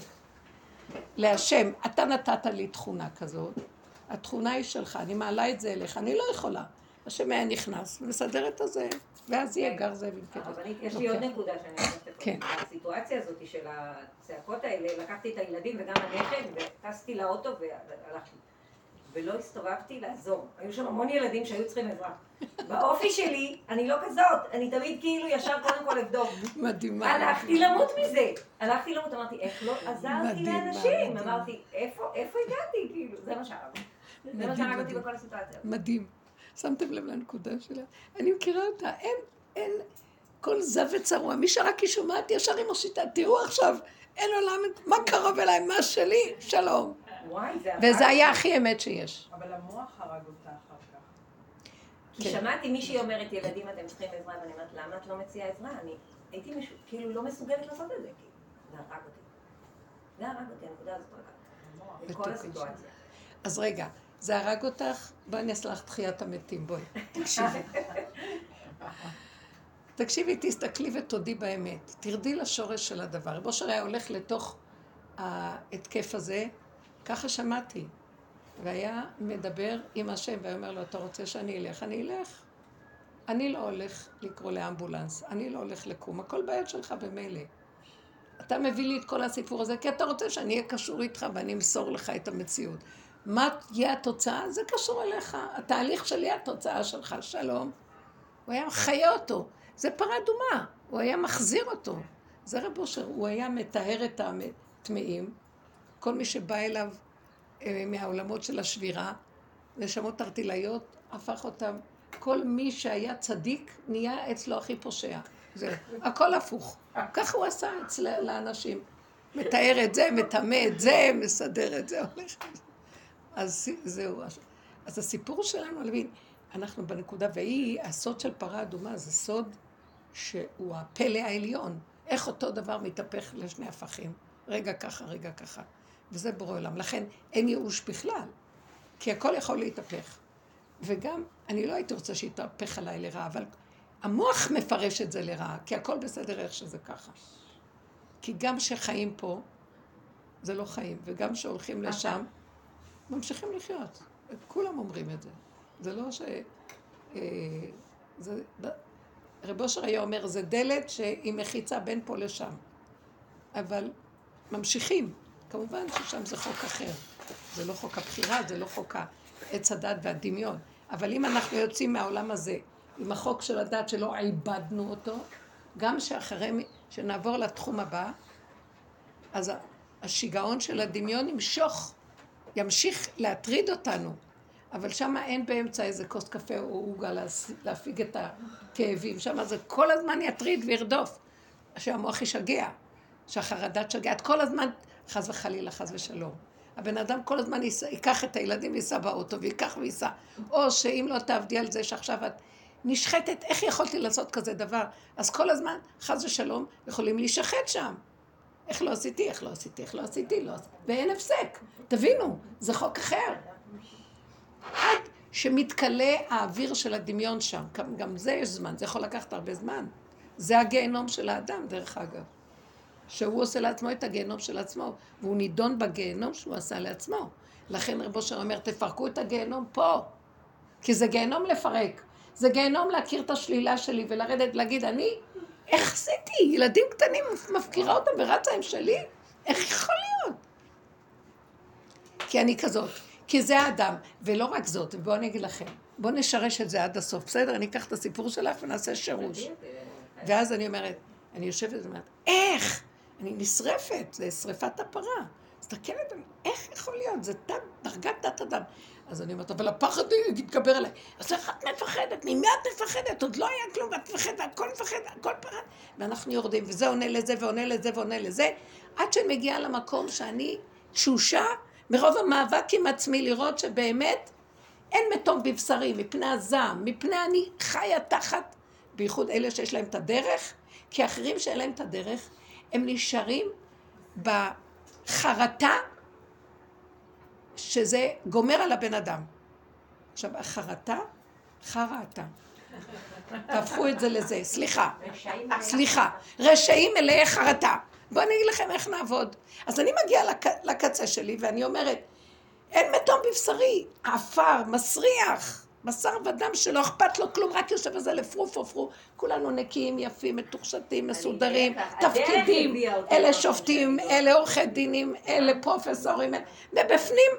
להשם, אתה נתת לי תכונה כזאת, התכונה היא שלך, אני מעלה את זה אליך, אני לא יכולה. השם היה נכנס, ומסדר את הזה, ואז יהיה גר זאב עם כדור. אבל יש לי עוד נקודה שאני חושבת, הסיטואציה הזאת של הצעקות האלה, לקחתי את הילדים וגם הנכד, וטסתי לאוטו והלכתי. ולא הסתובבתי לעזור. היו שם המון ילדים שהיו צריכים עזרה. באופי שלי, אני לא כזאת, אני תמיד כאילו ישר קודם כל לבדוק. מדהימה. הלכתי למות מזה. הלכתי למות, אמרתי, איך לא עזרתי לאנשים? אמרתי, איפה הגעתי? כאילו, זה מה שהרג. זה מה שהרג אותי בכל הסיטואציה. מדהים. שמתם לב לנקודה שלה? אני מכירה אותה, אין, אין, כל זב וצרוע. מי שרק היא שומעת ישר עם השיטה, תראו עכשיו, אין עולם, מה קרוב אליי, מה שלי? שלום. וזה היה הכי אמת שיש. אבל המוח הרג אותה אחר כך. כי שמעתי מישהי אומרת, ילדים אתם צריכים עזרה, ואני אומרת, למה את לא מציעה עזרה? אני הייתי כאילו לא מסוגלת לעשות את זה, כי זה הרג אותי. זה הרג אותי, הנקודה הזאת רגע. בכל הסיטואציה. אז רגע, זה הרג אותך? בואי אני אעשה לך תחיית המתים, בואי, תקשיבי. תקשיבי, תסתכלי ותודי באמת. תרדי לשורש של הדבר. רב אושר היה הולך לתוך ההתקף הזה, ככה שמעתי. והיה מדבר עם השם, והיה אומר לו, אתה רוצה שאני אלך? אני אלך. אני לא הולך לקרוא לאמבולנס, אני לא הולך לקום, הכל בעיות שלך במילא. אתה מביא לי את כל הסיפור הזה, כי אתה רוצה שאני אהיה קשור איתך ואני אמסור לך את המציאות. מה תהיה התוצאה? זה קשור אליך. התהליך שלי, התוצאה שלך, שלום. הוא היה מחיה אותו. זה פרה אדומה, הוא היה מחזיר אותו. זה רב אושר, הוא היה מטהר את הטמאים, כל מי שבא אליו אה, מהעולמות של השבירה, נשמות ארטילאיות, הפך אותם. כל מי שהיה צדיק נהיה אצלו הכי פושע. זה הכל הפוך. ככה הוא עשה אצל האנשים. מתאר את זה, מטמא את זה, מסדר את זה, הולך. אז זהו. אז הסיפור שלנו, להבין, אנחנו בנקודה, והיא, הסוד של פרה אדומה, זה סוד שהוא הפלא העליון. איך אותו דבר מתהפך לשני הפכים. רגע ככה, רגע ככה. וזה בורא עולם. לכן אין ייאוש בכלל, כי הכל יכול להתהפך. וגם, אני לא הייתי רוצה שיתהפך עליי לרעה, אבל המוח מפרש את זה לרעה, כי הכל בסדר איך שזה ככה. כי גם שחיים פה, זה לא חיים, וגם שהולכים לשם, ממשיכים לחיות. כולם אומרים את זה. זה לא ש... זה... רב אושר היה אומר, זה דלת שהיא מחיצה בין פה לשם. אבל ממשיכים. כמובן ששם זה חוק אחר. זה לא חוק הבחירה, זה לא חוק העץ הדת והדמיון. אבל אם אנחנו יוצאים מהעולם הזה, עם החוק של הדת שלא עיבדנו אותו, גם שאחרי שנעבור לתחום הבא, אז השיגעון של הדמיון ימשוך, ימשיך להטריד אותנו. אבל שם אין באמצע איזה כוס קפה או עוגה להפיג את הכאבים. שם זה כל הזמן יטריד וירדוף. שהמוח ישגע, שהחרדה תשגע. את כל הזמן, חס וחלילה, חס ושלום. הבן אדם כל הזמן ייקח את הילדים ויסע באוטו, ויקח ויסע. או שאם לא תעבדי על זה שעכשיו את נשחטת, איך יכולתי לעשות כזה דבר? אז כל הזמן, חס ושלום, יכולים להישחט שם. איך לא עשיתי, איך לא עשיתי, איך לא עשיתי, לא עשיתי. ואין הפסק. תבינו, זה חוק אחר. עד שמתקלה האוויר של הדמיון שם. גם זה יש זמן, זה יכול לקחת הרבה זמן. זה הגיהנום של האדם, דרך אגב. שהוא עושה לעצמו את הגיהנום של עצמו, והוא נידון בגיהנום שהוא עשה לעצמו. לכן רב אושר אומר, תפרקו את הגיהנום פה, כי זה גיהנום לפרק. זה גיהנום להכיר את השלילה שלי ולרדת להגיד, אני, איך עשיתי? ילדים קטנים מפקירה אותם ורצה הם שלי? איך יכול להיות? כי אני כזאת, כי זה האדם, ולא רק זאת, ובואו אני אגיד לכם, בואו נשרש את זה עד הסוף, בסדר? אני אקח את הסיפור שלך ונעשה שירוש. ואז אני אומרת, אני יושבת ואומרת, איך? אני נשרפת, זה שריפת הפרה. אז תקנת, איך יכול להיות? זה דרגת דת אדם. אז אני אומרת, אבל הפחד יתגבר עליי. אז איך את מפחדת? ממי את מפחדת? עוד לא היה כלום, ואת מפחדת, הכל מפחד, הכל פחד. ואנחנו יורדים, וזה עונה לזה, ועונה לזה, ועונה לזה, עד שאני מגיעה למקום שאני תשושה, מרוב המאבק עם עצמי, לראות שבאמת אין מתום בבשרי, מפני הזעם, מפני אני חיה תחת, בייחוד אלה שיש להם את הדרך, כי האחרים שאין להם את הדרך, הם נשארים בחרטה, שזה גומר על הבן אדם. עכשיו, החרטה, חרטה. תהפכו את זה לזה, סליחה, סליחה, רשעים מלאי חרטה. בואו אני אגיד לכם איך נעבוד. אז אני מגיעה לק... לקצה שלי ואני אומרת, אין מתום בבשרי, עפר, מסריח, בשר ודם שלא אכפת לו כלום, רק יושב בזה לפרוף ופרו, כולנו נקיים, יפים, מתוחשתים, מסודרים, תפקידים, אלה שופטים, אלה עורכי דינים, אלה פרופסורים, ובפנים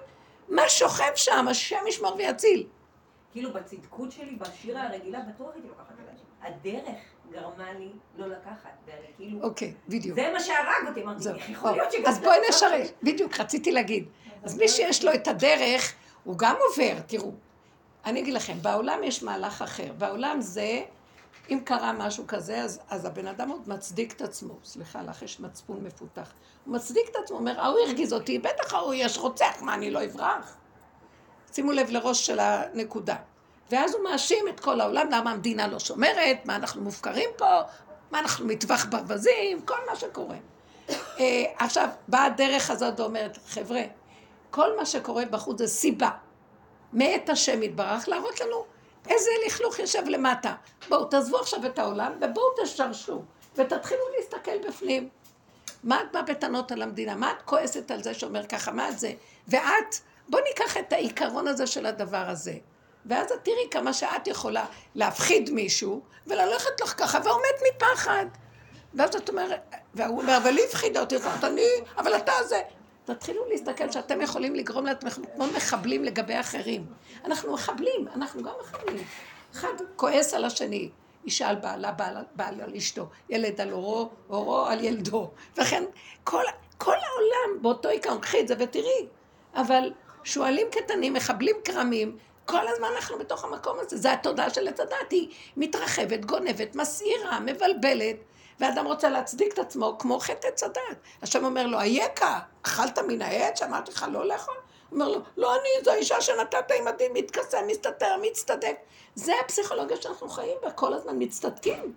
מה שוכב שם? השם ישמור ויציל. כאילו בצדקות שלי, בשירה הרגילה, בטוח הייתי לוקחת את הדרך. הדרך גרמה לי לא לקחת, ואני כאילו... אוקיי, בדיוק. זה מה שהרג אותי, אמרתי, איך יכול להיות שגם... אז בואי נשרש, בדיוק, רציתי להגיד. אז מי שיש לו את הדרך, הוא גם עובר, תראו. אני אגיד לכם, בעולם יש מהלך אחר. בעולם זה, אם קרה משהו כזה, אז, אז הבן אדם עוד מצדיק את עצמו. סליחה, לך יש מצפון מפותח. הוא מצדיק את עצמו, אומר, ההוא הרגיז אותי, בטח ההוא יש רוצח, מה, אני לא אברח? שימו לב לראש של הנקודה. ואז הוא מאשים את כל העולם, למה המדינה לא שומרת, מה אנחנו מופקרים פה, מה אנחנו מטווח ברווזים, כל מה שקורה. עכשיו, באה הדרך הזאת ואומרת, חבר'ה, כל מה שקורה בחוץ זה סיבה. מאת השם יתברך, להראות לנו איזה לכלוך יושב למטה. בואו, תעזבו עכשיו את העולם, ובואו תשרשו, ותתחילו להסתכל בפנים. מה את באה בטענות על המדינה? מה את כועסת על זה שאומר ככה? מה את זה? ואת, בואו ניקח את העיקרון הזה של הדבר הזה. ואז את תראי כמה שאת יכולה להפחיד מישהו, וללכת לך ככה, ועומד מפחד. ואז את אומרת, והוא אומר, אבל היא הפחידה אותי, אני, אבל אתה זה. תתחילו להסתכל שאתם יכולים לגרום לעצמכם כמו מחבלים לגבי אחרים. אנחנו מחבלים, אנחנו גם מחבלים. אחד כועס על השני, אישה על בעלה, בעלה, בעלה על אשתו, ילד על אורו, אורו על ילדו. וכן, כל, כל העולם באותו עיקרון, קחי את זה ותראי. אבל שואלים קטנים, מחבלים קרמים, כל הזמן אנחנו בתוך המקום הזה. זה התודעה של עץ הדת, היא מתרחבת, גונבת, מסעירה, מבלבלת. ואדם רוצה להצדיק את עצמו כמו חטא עץ הדת. השם אומר לו, אייכה, אכלת מן העץ שאמרתי לך לא לאכול? הוא אומר לו, לא אני, זו האישה שנתת עם הדין, מתכסה, מסתתר, מצטדק. זה הפסיכולוגיה שאנחנו חיים בה, כל הזמן מצטדקים.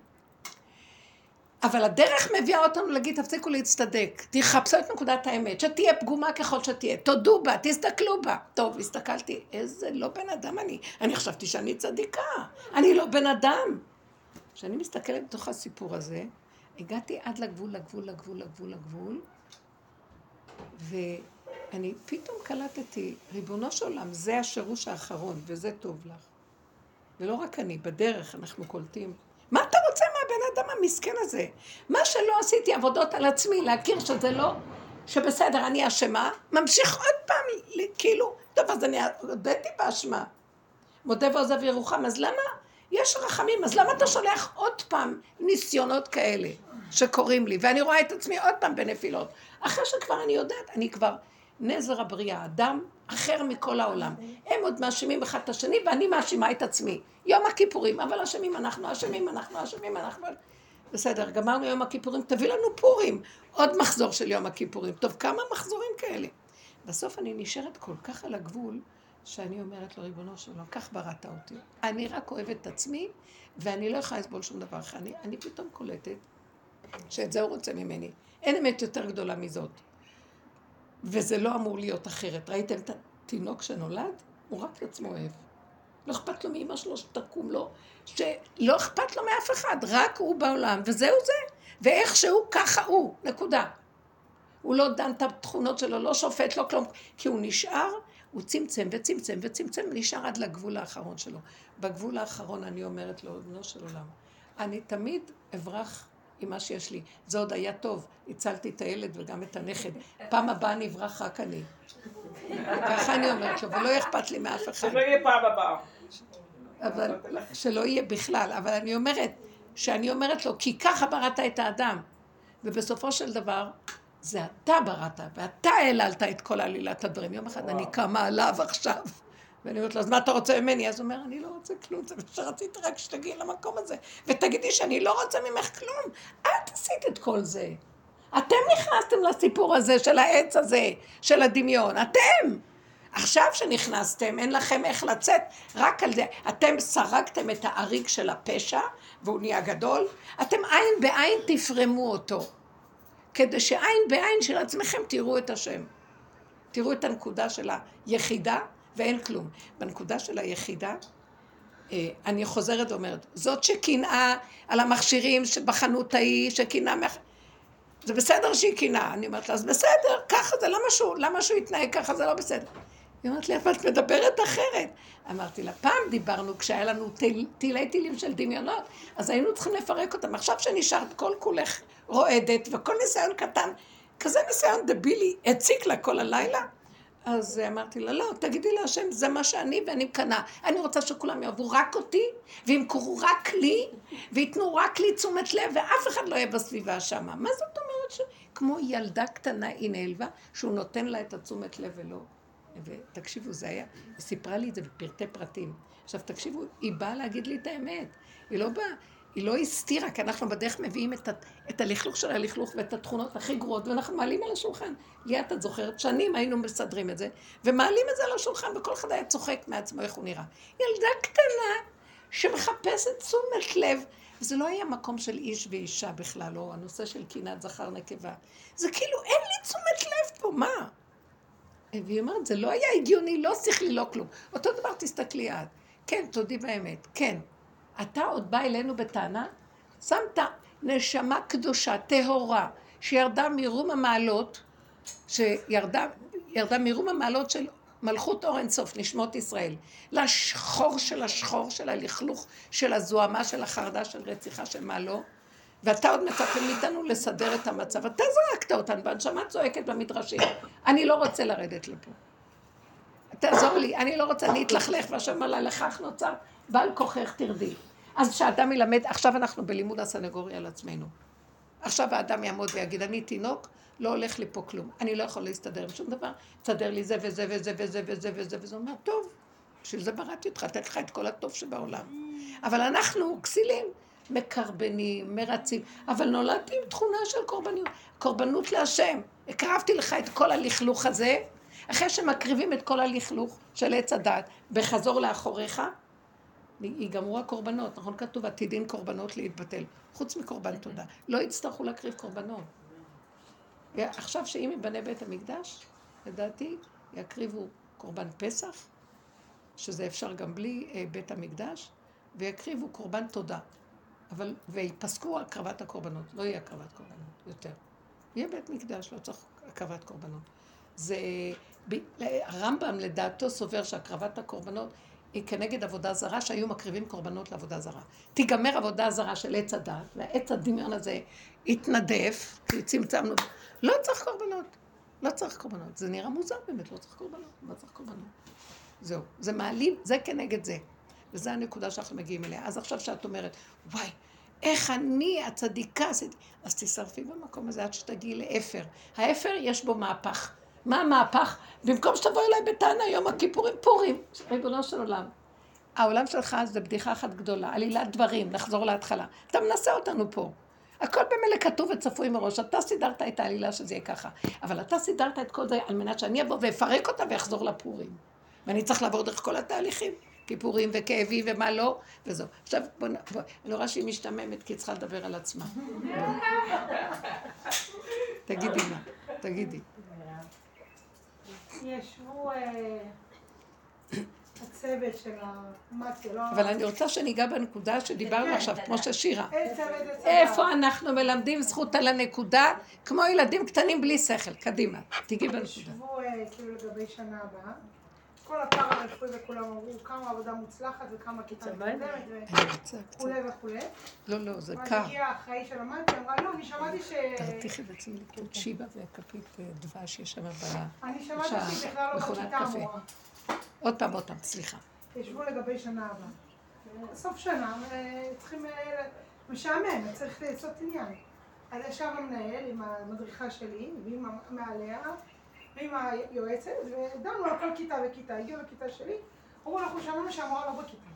אבל הדרך מביאה אותנו להגיד, תפסיקו להצטדק, תחפשו את נקודת האמת, שתהיה פגומה ככל שתהיה, תודו בה, תסתכלו בה. טוב, הסתכלתי, איזה לא בן אדם אני. אני חשבתי שאני צדיקה, אני לא בן אדם. כשאני מסתכלת בתוך הסיפור הזה, הגעתי עד לגבול, לגבול, לגבול, לגבול, לגבול, ואני פתאום קלטתי, ריבונו של עולם, זה השירוש האחרון, וזה טוב לך. ולא רק אני, בדרך אנחנו קולטים. מה אתה רוצה מהבן אדם המסכן הזה? מה שלא עשיתי עבודות על עצמי, להכיר שזה לא, שבסדר, אני אשמה, ממשיך עוד פעם, כאילו, טוב, אז אני הודיתי באשמה. מודה ועוזב ירוחם, אז למה? יש רחמים, אז למה אתה שולח עוד פעם ניסיונות כאלה שקוראים לי, ואני רואה את עצמי עוד פעם בנפילות, אחרי שכבר אני יודעת, אני כבר נזר הבריאה, אדם אחר מכל העולם, הם עוד מאשימים אחד את השני, ואני מאשימה את עצמי, יום הכיפורים, אבל אשמים אנחנו, אשמים אנחנו, אשמים אנחנו, בסדר, גמרנו יום הכיפורים, תביא לנו פורים, עוד מחזור של יום הכיפורים, טוב, כמה מחזורים כאלה? בסוף אני נשארת כל כך על הגבול, שאני אומרת לו, ריבונו שלום, כך בראת אותי. אני רק אוהבת את עצמי, ואני לא יכולה לסבול שום דבר אחר. אני, אני פתאום קולטת שאת זה הוא רוצה ממני. אין אמת יותר גדולה מזאת. וזה לא אמור להיות אחרת. ראיתם את התינוק שנולד? הוא רק עצמו אוהב. לא אכפת לו מאמא שלו שתקום לו, שלא אכפת לו מאף אחד, רק הוא בעולם, וזהו זה. ואיך שהוא, ככה הוא, נקודה. הוא לא דן את התכונות שלו, לא שופט, לא כלום, כי הוא נשאר, הוא צמצם וצמצם וצמצם, נשאר עד לגבול האחרון שלו. בגבול האחרון אני אומרת לו, בנו של עולם, אני תמיד אברח עם מה שיש לי. זה עוד היה טוב, הצלתי את הילד וגם את הנכד. פעם הבאה אני אברח רק אני. ככה אני אומרת לו, ולא אכפת לי מאף אחד. שלא יהיה פעם הבאה. אבל שלא יהיה בכלל, אבל אני אומרת, שאני אומרת לו, כי ככה בראת את האדם. ובסופו של דבר, זה אתה בראת, ואתה העללת את כל עלילת הדברים. יום אחד אני קמה עליו עכשיו, ואני אומרת לו, אז מה אתה רוצה ממני? אז הוא אומר, אני לא רוצה כלום, זה מה שרציתי רק שתגיעי למקום הזה, ותגידי שאני לא רוצה ממך כלום. את עשית את כל זה. אתם נכנסתם לסיפור הזה של העץ הזה, של הדמיון, אתם. עכשיו שנכנסתם, אין לכם איך לצאת, רק על זה. אתם סרגתם את האריג של הפשע, והוא נהיה גדול. אתם עין בעין תפרמו אותו. כדי שעין בעין של עצמכם תראו את השם. תראו את הנקודה של היחידה, ואין כלום. בנקודה של היחידה, אני חוזרת ואומרת, זאת שקנאה על המכשירים שבחנות ההיא, שקנאה, מח... זה בסדר שהיא קנאה. אני אומרת לה, אז בסדר, ככה זה, למה שהוא, למה שהוא יתנהג ככה, זה לא בסדר. היא אומרת לי, אבל את מדברת אחרת. אמרתי לה, פעם דיברנו, כשהיה לנו טיל, טילי טילים של דמיונות, אז היינו צריכים לפרק אותם. עכשיו שנשארת כל כולך רועדת, וכל ניסיון קטן, כזה ניסיון דבילי, הציק לה כל הלילה, אז אמרתי לה, לא, תגידי להשם, זה מה שאני ואני מקנה. אני רוצה שכולם יאהבו רק אותי, וימכרו רק לי, ויתנו רק לי תשומת לב, ואף אחד לא יהיה בסביבה שם. מה זאת אומרת ש... כמו ילדה קטנה היא נעלבה, שהוא נותן לה את התשומת לב ולא. ותקשיבו, זה היה, היא סיפרה לי את זה בפרטי פרטים. עכשיו תקשיבו, היא באה להגיד לי את האמת. היא לא באה, היא לא הסתירה, כי אנחנו בדרך מביאים את, ה, את הלכלוך של הלכלוך ואת התכונות הכי גרועות, ואנחנו מעלים על השולחן. ליאת, את זוכרת, שנים היינו מסדרים את זה, ומעלים את זה על השולחן, וכל אחד היה צוחק מעצמו איך הוא נראה. ילדה קטנה שמחפשת תשומת לב, וזה לא היה מקום של איש ואישה בכלל, או הנושא של קנאת זכר נקבה. זה כאילו, אין לי תשומת לב פה, מה? והיא אומרת, זה לא היה הגיוני, לא שכלי, לא כלום. אותו דבר תסתכלי עד. כן, תודי באמת, כן. אתה עוד בא אלינו בטענה, שמת נשמה קדושה, טהורה, שירדה מרום המעלות, שירדה ירדה מרום המעלות של מלכות אור אינסוף, נשמות ישראל, לשחור של השחור, של הלכלוך, של הזוהמה, של החרדה, של רציחה, של מה לא, ואתה עוד מצפה מאיתנו לסדר את המצב. אתה זרקת אותן, והנשמה צועקת במדרשים. אני לא רוצה לרדת לפה. תעזור לי, אני לא רוצה, אני אתלכלך, והשם עלה לכך נוצר, בעל כוחך תרדי. אז כשאדם ילמד, עכשיו אנחנו בלימוד הסנגוריה על עצמנו. עכשיו האדם יעמוד ויגיד, אני תינוק, לא הולך לי פה כלום. אני לא יכול להסתדר עם שום דבר, תסדר לי זה וזה וזה וזה וזה וזה וזה. אומר, טוב, בשביל זה בראתי אותך, תת לך את כל הטוב שבעולם. אבל אנחנו כסילים, מקרבנים, מרצים, אבל נולדתי עם תכונה של קורבניות. קורבנות להשם. הקרבתי לך את כל הלכלוך הזה, אחרי שמקריבים את כל הלכלוך של עץ הדת, בחזור לאחוריך, ייגמרו הקורבנות, נכון כתוב, עתידין קורבנות להתבטל, חוץ מקורבן תודה. לא יצטרכו להקריב קורבנות. עכשיו שאם יבנה בית המקדש, לדעתי, יקריבו קורבן פסח, שזה אפשר גם בלי בית המקדש, ויקריבו קורבן תודה. אבל, ויפסקו הקרבת הקורבנות, לא יהיה הקרבת קורבנות יותר. יהיה בית מקדש, לא צריך הקרבת קורבנות. זה, הרמב"ם לדעתו סובר שהקרבת הקורבנות היא כנגד עבודה זרה, שהיו מקריבים קורבנות לעבודה זרה. תיגמר עבודה זרה של עץ הדת, והעץ הדמיון הזה יתנדף, כי צמצמנו, לא צריך קורבנות, לא צריך קורבנות. זה נראה מוזר באמת, לא צריך קורבנות, לא צריך קורבנות. זהו, זה מעלים, זה כנגד זה. וזו הנקודה שאנחנו מגיעים אליה. אז עכשיו שאת אומרת, וואי, איך אני הצדיקה עשיתי, אז תשרפי במקום הזה עד שתגיעי לאפר. האפר יש בו מהפך. מה המהפך? במקום שתבוא אליי בטענה יום הכיפורים, פורים, ריבונו של עולם. העולם שלך זה בדיחה אחת גדולה, עלילת דברים, נחזור להתחלה. אתה מנסה אותנו פה. הכל במילא כתוב וצפוי מראש, אתה סידרת את העלילה שזה יהיה ככה. אבל אתה סידרת את כל זה על מנת שאני אבוא ואפרק אותה ואחזור לפורים. ואני צריך לעבור דרך כל התהליכים. כיפורים וכאבי ומה לא, וזהו. עכשיו, בוא, בוא, אני רואה שהיא משתממת, כי צריכה לדבר על עצמה. תגידי מה, תגידי. ישבו הצוות של המתיה, לא... אבל אני רוצה שניגע בנקודה שדיברנו עכשיו, כמו ששירה. איפה אנחנו מלמדים זכות על הנקודה, כמו ילדים קטנים בלי שכל. קדימה, תגיעי בנקודה. ישבו כאילו לגבי שנה הבאה. כל הפער הרפואי וכולם אמרו כמה עבודה מוצלחת וכמה כיתה מתקדמת וכולי וכולי. לא, לא, זה קר. אז הגיעה האחראי של המתיה, אמרה, לא, אני שמעתי ש... תרתיחי בעצמי לקטות שיבה והכפית דבש יש שם בלה. אני שמעתי שהיא בכלל לא בכיתה אמורה. עוד פעם, עוד פעם, סליחה. ישבו לגבי שנה הבאה. בסוף שנה צריכים משעמם, צריך לעשות עניין. אז ישב המנהל עם המדריכה שלי ועם המעליה, ועם היועצת, ודנו על כל כיתה וכיתה, הגיעו לכיתה שלי, אמרו אנחנו שמענו שהמורה לא בכיתה.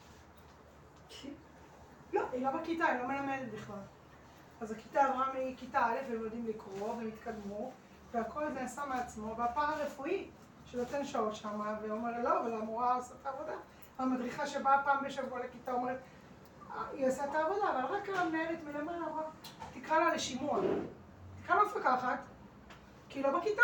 לא, היא לא בכיתה, היא לא מלמדת בכלל. אז הכיתה עברה מכיתה א', והם יודעים לקרוא, והם התקדמו, והכל זה נעשה מעצמו, והפער הרפואי שנותן שעות שם, ואומר לא, אבל המורה עושה את העבודה. והמדריכה שבאה פעם בשבוע לכיתה אומרת, היא עושה את העבודה, אבל רק המנהלת מלמעלה אמרה, תקרא לה לשימוע. תקרא למפקחת, כי היא לא בכיתה.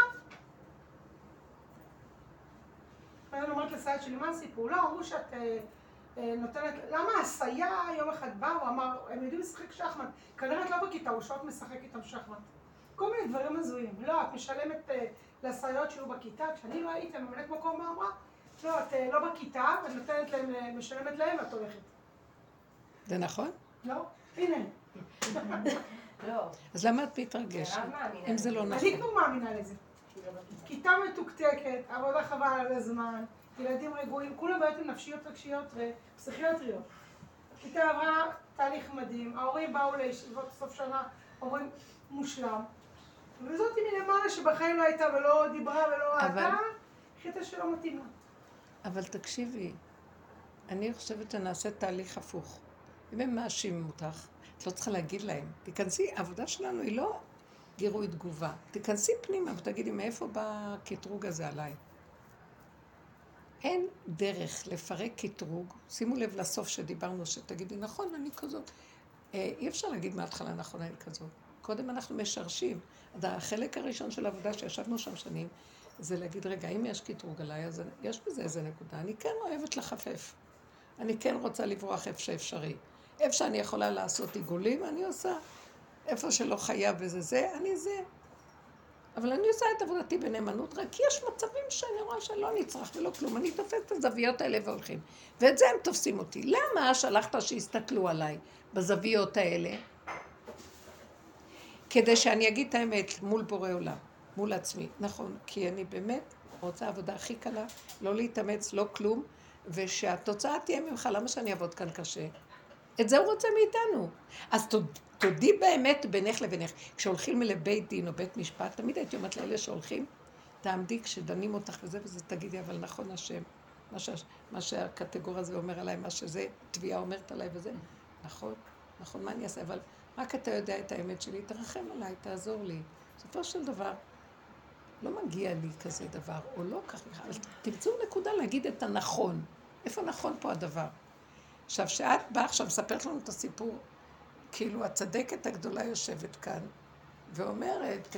ואני אומרת לסייעת שלי, מה הסיפור? לא, אמרו שאת נותנת... למה הסייע יום אחד בא, הוא אמר, הם יודעים לשחק שחמט. כנראה את לא בכיתה, הוא שעות משחק איתם שחמט. כל מיני דברים הזויים. לא, את משלמת לסייעות שיהיו בכיתה, כשאני לא הייתי, ממלאת מקום מה אמרה? לא, את לא בכיתה, את נותנת להם, משלמת להם, ואת הולכת. זה נכון? לא, הנה. לא. אז למה את מתרגשת? אם זה לא נכון. אני כבר מאמינה לזה. כיתה מתוקתקת, עבודה חבל על הזמן, ילדים רגועים, כולם בעיות נפשיות, רגשיות ופסיכיאטריות. כיתה עברה תהליך מדהים, ההורים באו לישיבות סוף שנה, אומרים מושלם. וזאתי מלמעלה שבחיים לא הייתה ולא דיברה ולא ראתה, חטא שלא מתאימה. אבל תקשיבי, אני חושבת שנעשה תהליך הפוך. אם הם מאשימים אותך, את לא צריכה להגיד להם. תיכנסי, העבודה שלנו היא לא גירוי תגובה. תיכנסי פנימה ותגידי, מאיפה בא הקטרוג הזה עליי? אין דרך לפרק קטרוג. שימו לב לסוף שדיברנו, שתגידי, נכון, אני כזאת. אי אפשר להגיד מההתחלה, נכון, אני כזאת. קודם אנחנו משרשים. החלק הראשון של העבודה שישבנו שם שנים, זה להגיד, רגע, אם יש קטרוג עליי, אז יש בזה איזה נקודה. אני כן אוהבת לחפף. אני כן רוצה לברוח איפה שאפשרי. איפה שאני יכולה לעשות עיגולים, אני עושה. איפה שלא חייב וזה זה, אני זה. אבל אני עושה את עבודתי בנאמנות, רק כי יש מצבים שאני רואה שלא נצרך ולא כלום. אני תופסת את הזוויות האלה והולכים. ואת זה הם תופסים אותי. למה שלחת שיסתכלו עליי בזוויות האלה? כדי שאני אגיד את האמת מול בורא עולם, מול עצמי. נכון, כי אני באמת רוצה עבודה הכי קלה, לא להתאמץ, לא כלום, ושהתוצאה תהיה ממך, למה שאני אעבוד כאן קשה? את זה הוא רוצה מאיתנו. אז תודי באמת בינך לבינך. כשהולכים לבית דין או בית משפט, תמיד הייתי אומרת לאלה שהולכים, תעמדי כשדנים אותך וזה וזה, תגידי, אבל נכון השם, מה, שה, מה שהקטגור הזה אומר עליי, מה שזה תביעה אומרת עליי וזה, נכון, נכון, מה אני אעשה? אבל רק אתה יודע את האמת שלי, תרחם עליי, תעזור לי. בסופו של דבר, לא מגיע לי כזה דבר, או לא כך, אבל תמצאו נקודה להגיד את הנכון. איפה נכון פה הדבר? עכשיו, שאת באה עכשיו, מספרת לנו את הסיפור, כאילו הצדקת הגדולה יושבת כאן, ואומרת,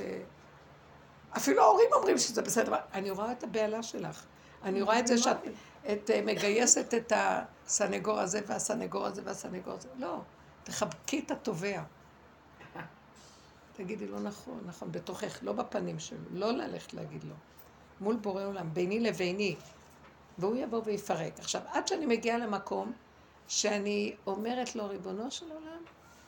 אפילו ההורים אומרים שזה בסדר, אני רואה את הבעלה שלך, אני רואה את זה שאת את, מגייסת את הסנגור הזה והסנגור הזה והסנגור הזה, לא, תחבקי את התובע. תגידי, לא נכון, נכון, בתוכך, לא בפנים שלו, לא ללכת להגיד לו, מול בורא עולם, ביני לביני, והוא יבוא ויפרק. עכשיו, עד שאני מגיעה למקום, שאני אומרת לו, ריבונו של עולם,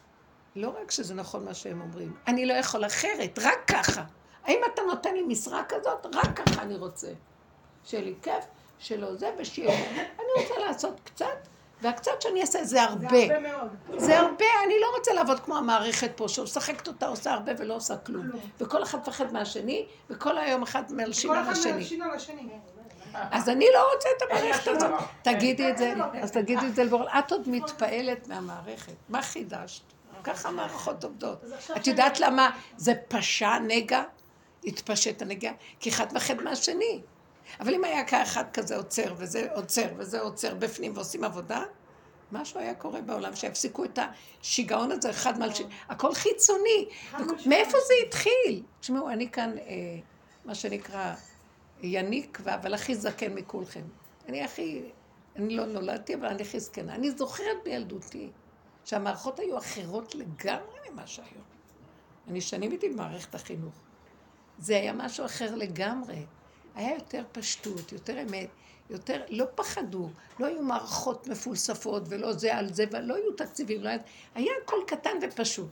לא רק שזה נכון מה שהם אומרים, אני לא יכול אחרת, רק ככה. האם אתה נותן לי משרה כזאת? רק ככה אני רוצה. שיהיה לי כיף, שלא זה ושיהיה. אני רוצה לעשות קצת, והקצת שאני אעשה זה הרבה. זה הרבה מאוד. זה הרבה, אני לא רוצה לעבוד כמו המערכת פה, שמשחקת אותה, עושה הרבה ולא עושה כלום. וכל אחד מפחד מהשני, וכל היום אחד מלשין על השני. כל אחד מלשין על השני. אז אני לא רוצה את המערכת הזאת. תגידי את זה, אז תגידי את זה לבורא. את עוד מתפעלת מהמערכת. מה חידשת? ככה המערכות עובדות. את יודעת למה זה פשע נגע? התפשט הנגע? כי אחד מפחד מהשני. אבל אם היה כאחד כזה עוצר, וזה עוצר, וזה עוצר בפנים ועושים עבודה, משהו היה קורה בעולם, שהפסיקו את השיגעון הזה, אחד מהשני. הכל חיצוני. מאיפה זה התחיל? תשמעו, אני כאן, מה שנקרא, יניק, אבל הכי זקן מכולכם. אני הכי, אני לא נולדתי, אבל אני הכי זקנה. אני זוכרת בילדותי שהמערכות היו אחרות לגמרי ממה שהיום. אני שנים איתי במערכת החינוך. זה היה משהו אחר לגמרי. היה יותר פשטות, יותר אמת, יותר, לא פחדו, לא היו מערכות מפולספות ולא זה על זה, ולא היו תקציבים, לא היה, היה הכל קטן ופשוט.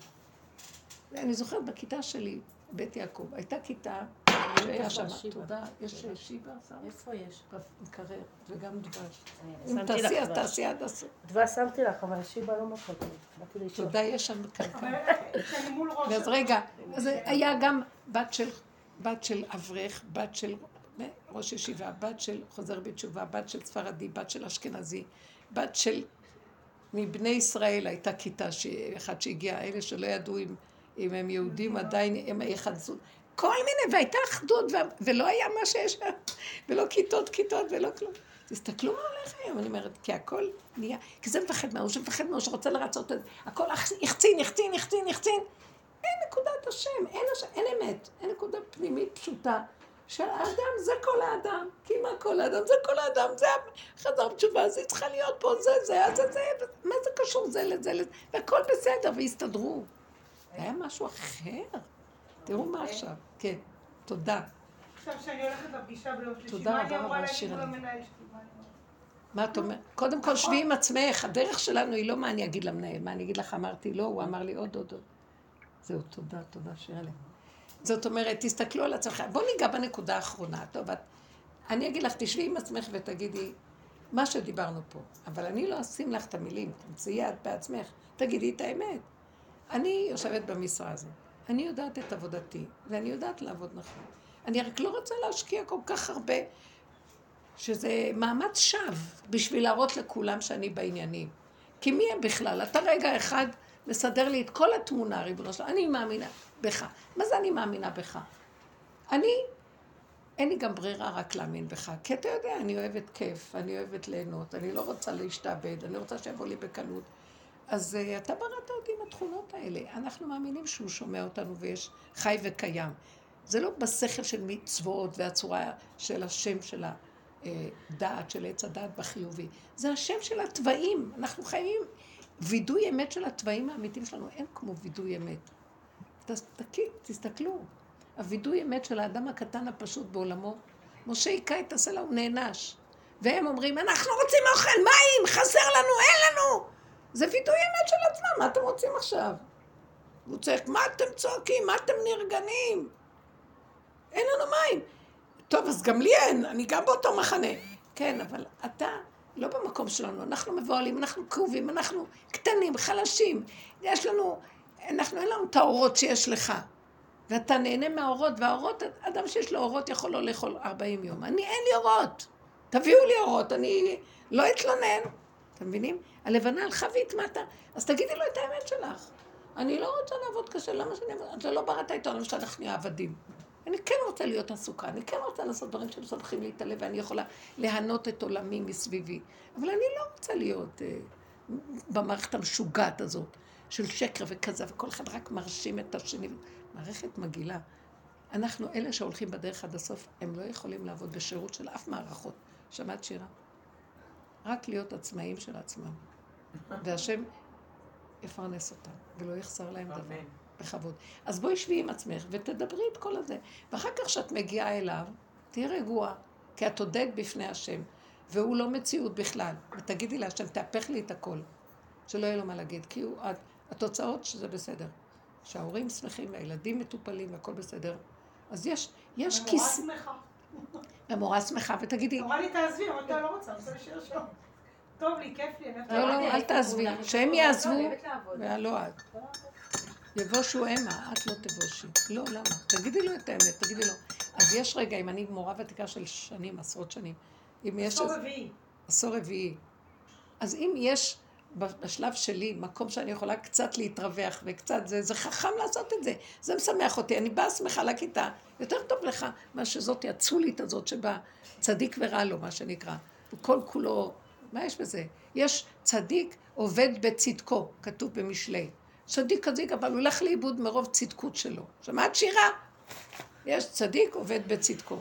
אני זוכרת בכיתה שלי, בית יעקב, הייתה כיתה, היה שם, תודה, יש שיבה, איפה יש? מקרר, וגם דבש. אם תעשי, אז תעשי עד הסוף. דבש שמתי לך, אבל שיבה לא מצאתי, באתי לישון. תודה, יש שם קרקע. שאני מול ראש. אז רגע, אז היה גם בת של, בת של אברך, בת של ראש ישיבה, בת של חוזר בתשובה, בת של ספרדי, בת של אשכנזי, בת של מבני ישראל, הייתה כיתה אחת שהגיעה, אלה שלא ידעו אם, אם הם יהודים עדיין, הם יחדסו, כל מיני, והייתה אחדות, ולא היה מה שיש שם, ולא כיתות, כיתות, ולא כלום. תסתכלו מה הולך היום, אני אומרת, כי הכל נהיה, כי זה מפחד מהוא, שמפחד מהוא, שרוצה לרצות את זה, הכל יחצין, יחצין, יחצין, יחצין. אין נקודת השם, אין, השם, אין אמת, אין נקודה פנימית פשוטה. שהאדם זה כל האדם, כי מה כל האדם? זה כל האדם, זה חזר בתשובה, זה צריכה להיות פה, זה, זה, זה, זה, מה זה קשור זה לזה, לזה, והכל בסדר, והסתדרו. זה היה משהו אחר. תראו מה עכשיו. כן, תודה. עכשיו שאני הולכת לפגישה ביום שלישי, תודה מה אני רבה אמורה רבה, להגיד שירה. למנהל שלי? מה את אומרת? קודם כל שבי עם עצמך, הדרך שלנו היא לא מה אני אגיד למנהל, מה אני אגיד לך, אמרתי לא, הוא אמר לי עוד, עוד, עוד. זהו, תודה, תודה, שירה לי. זאת אומרת, תסתכלו על עצמכם. בואו ניגע בנקודה האחרונה. טוב, את... אני אגיד לך, תשבי עם עצמך ותגידי מה שדיברנו פה. אבל אני לא אשים לך את המילים, תמצאי את בעצמך. תגידי את האמת. אני יושבת במשרה הזאת. אני יודעת את עבודתי, ואני יודעת לעבוד נכון. אני רק לא רוצה להשקיע כל כך הרבה, שזה מאמץ שווא, בשביל להראות לכולם שאני בעניינים. כי מי הם בכלל? אתה רגע אחד מסדר לי את כל התמונה, ריבונו שלו. אני מאמינה בך. מה זה אני מאמינה בך? אני, אין לי גם ברירה רק להאמין בך. כי אתה יודע, אני אוהבת כיף, אני אוהבת ליהנות, אני לא רוצה להשתעבד, אני רוצה שיבוא לי בקלות. אז uh, אתה בראת אותי עם התכונות האלה. אנחנו מאמינים שהוא שומע אותנו ויש חי וקיים. זה לא בשכל של מצוות והצורה של השם של הדעת, של עץ הדעת בחיובי. זה השם של הטבעים. אנחנו חיים וידוי אמת של הטבעים האמיתיים שלנו. אין כמו וידוי אמת. תסתכלו, תסתכלו. הוידוי אמת של האדם הקטן הפשוט בעולמו. משה היכה את הסלע, הוא נענש. והם אומרים, אנחנו רוצים אוכל, מים, חסר לנו, אין לנו. זה וידוי אמת של עצמם, מה אתם רוצים עכשיו? הוא צועק, מה אתם צועקים? מה אתם נרגנים? אין לנו מים. טוב, אז גם לי אין, אני גם באותו מחנה. כן, אבל אתה לא במקום שלנו, אנחנו מבועלים, אנחנו כאובים, אנחנו קטנים, חלשים. יש לנו, אנחנו אין לנו את האורות שיש לך. ואתה נהנה מהאורות, והאורות, אדם שיש לו אורות יכול לא לאכול ארבעים יום. אני, אין לי אורות. תביאו לי אורות, אני לא אתלונן. אתם מבינים? הלבנה הלכה והתמתה, אז תגידי לו את האמת שלך. אני לא רוצה לעבוד קשה, למה שאני אעבוד? אתה לא בראת איתו, למה שאנחנו נהיה עבדים. אני כן רוצה להיות עסוקה, אני כן רוצה לעשות דברים שמסבכים לי את הלב, ואני יכולה להנות את עולמי מסביבי. אבל אני לא רוצה להיות אה, במערכת המשוגעת הזאת, של שקר וכזה, וכל אחד רק מרשים את השני. מערכת מגילה. אנחנו, אלה שהולכים בדרך עד הסוף, הם לא יכולים לעבוד בשירות של אף מערכות. שמעת שירה? רק להיות עצמאים של עצמם. והשם יפרנס אותם, ולא יחסר להם דבר, בכבוד. אז בואי שבי עם עצמך, ותדברי את כל הזה. ואחר כך שאת מגיעה אליו, תהיה רגועה, כי את עודד בפני השם, והוא לא מציאות בכלל. ותגידי להשם, תהפך לי את הכל, שלא יהיה לו מה להגיד, כי הוא, התוצאות שזה בסדר. שההורים שמחים, הילדים מטופלים, והכל בסדר. אז יש, יש כיס... המורה שמחה. המורה שמחה, ותגידי... אמרה לי, תעזבי, אמרת, אני לא רוצה, אני רוצה להישאר שם. טוב לי, כיף לי, אני לא, לא, אל תעזבי, שהם יעזבו, ולא את. יבושו המה, את לא תבושי. לא, למה? תגידי לו את האמת, תגידי לו. אז יש רגע, אם אני מורה ותיקה של שנים, עשרות שנים, אם יש... עשור רביעי. עשור רביעי. אז אם יש בשלב שלי מקום שאני יכולה קצת להתרווח וקצת, זה, זה חכם לעשות את זה. זה משמח אותי, אני באה שמחה לכיתה. יותר טוב לך מה שזאת הצולית הזאת שבה צדיק ורע לו, מה שנקרא. וכל כולו, מה יש בזה? יש צדיק עובד בצדקו, כתוב במשלי. צדיק צדיק, אבל הוא הולך לאיבוד מרוב צדקות שלו. שמעת שירה? יש צדיק עובד בצדקו.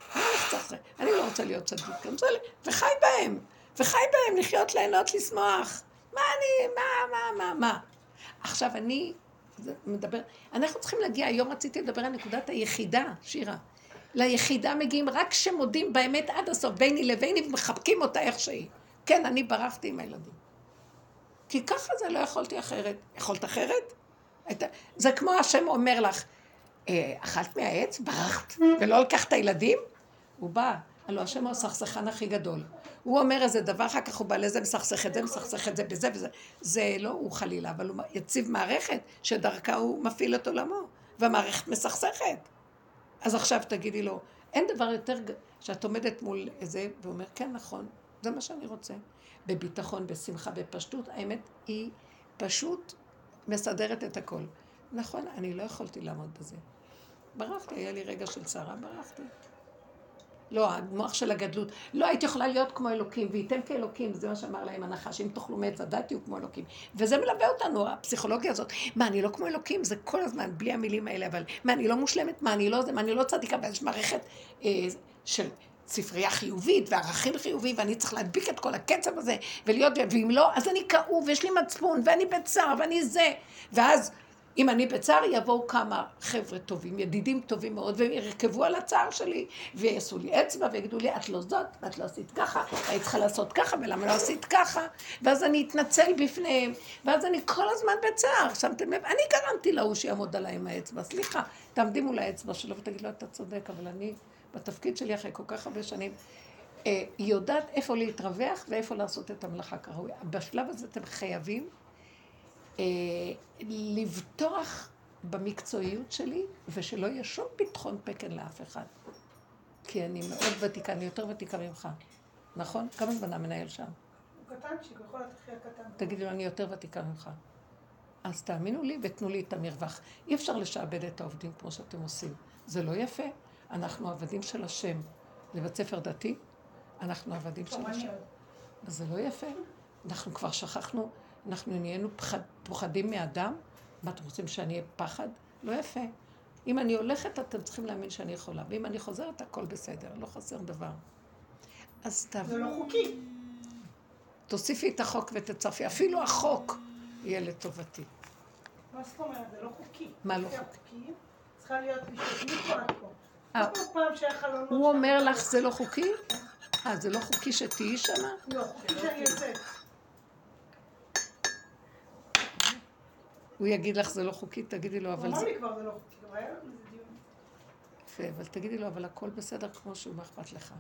אני לא רוצה להיות צדיק, וחי בהם, וחי בהם, לחיות, ליהנות, לשמוח. מה אני, מה, מה, מה, מה? עכשיו אני מדבר, אנחנו צריכים להגיע, היום רציתי לדבר על נקודת היחידה, שירה. ליחידה מגיעים רק שמודים באמת עד הסוף, ביני לביני, ומחבקים אותה איך שהיא. כן, אני ברחתי עם הילדים. כי ככה זה לא יכולתי אחרת. יכולת אחרת? זה כמו השם אומר לך, אכלת מהעץ, ברחת, ולא לקחת את הילדים? הוא בא, הלוא השם הוא הסכסכן הכי גדול. הוא אומר איזה דבר, אחר כך הוא בא לזה, מסכסך את זה, מסכסך את זה, בזה וזה. זה לא הוא חלילה, אבל הוא יציב מערכת שדרכה הוא מפעיל את עולמו, והמערכת מסכסכת. אז עכשיו תגידי לו, אין דבר יותר שאת עומדת מול איזה, ואומר, כן, נכון, זה מה שאני רוצה. בביטחון, בשמחה, בפשטות, האמת היא פשוט מסדרת את הכל. נכון, אני לא יכולתי לעמוד בזה. ברחתי, היה לי רגע של צערה, ברחתי. לא, המוח של הגדלות. לא הייתי יכולה להיות כמו אלוקים, וייתם כאלוקים, זה מה שאמר להם הנחש, אם תאכלו מעץ הדת תהיו כמו אלוקים. וזה מלווה אותנו, הפסיכולוגיה הזאת. מה, אני לא כמו אלוקים? זה כל הזמן, בלי המילים האלה, אבל מה, אני לא מושלמת? מה, אני לא זה? מה, אני לא צדיקה? ויש מערכת אה, של ספרייה חיובית, וערכים חיוביים, ואני צריך להדביק את כל הקצב הזה, ולהיות, ואם לא, אז אני כאוב, ויש לי מצפון, ואני בצער, ואני זה. ואז, אם אני בצער, יבואו כמה חבר'ה טובים, ידידים טובים מאוד, והם ירכבו על הצער שלי, ויעשו לי אצבע, ויגידו לי, את לא זאת, ואת לא עשית ככה, היית צריכה לעשות ככה, ולמה לא עשית ככה, ואז אני אתנצל בפניהם, ואז אני כל הזמן בצער, שמתם לב, אני גרמתי להוא שיעמוד עליי עם האצבע, סליחה, תעמדי מול האצבע שלו, ותגיד לו, אתה צודק, אבל אני, בתפקיד שלי אחרי כל כך הרבה שנים, היא יודעת איפה להתרווח, ואיפה לעשות את המלאכה כראוי. בשלב הזה אתם חייבים, לבטוח במקצועיות שלי, ושלא יהיה שום פתחון פקן לאף אחד. כי אני מאוד ותיקה, אני יותר ותיקה ממך. נכון? כמה זמן המנהל שם? הוא קטנצ'יק, הוא יכול להתחיל הקטן. תגידו לו, אני יותר ותיקה ממך. אז תאמינו לי ותנו לי את המרווח. אי אפשר לשעבד את העובדים כמו שאתם עושים. זה לא יפה. אנחנו עבדים של השם. זה בית ספר דתי, אנחנו עבדים של השם. אז זה לא יפה. אנחנו כבר שכחנו, אנחנו נהיינו פחד, פוחדים מאדם. מה אתם רוצים שאני אהיה פחד? לא יפה. אם אני הולכת, אתם צריכים להאמין שאני יכולה. ואם אני חוזרת, הכל בסדר, לא חסר דבר. אז תעבור. זה לא חוקי. תוסיפי את החוק ותצרפי. אפילו החוק יהיה לטובתי. מה זאת אומרת? זה לא חוקי. מה לא חוקי? צריכה להיות משתתפים פה עד פה. כל פעם שהיה חלונות... הוא אומר לך, זה לא חוקי? אה, זה לא חוקי שתהיי שמה? לא, חוקי שאני יוצאת. הוא יגיד לך, זה לא חוקי, תגידי לו, אבל זה... הוא אמר לי כבר, זה לא חוקי, גם היה לנו איזה דיון. יפה, אבל תגידי לו, אבל הכל בסדר כמו שהוא, מה אכפת לך?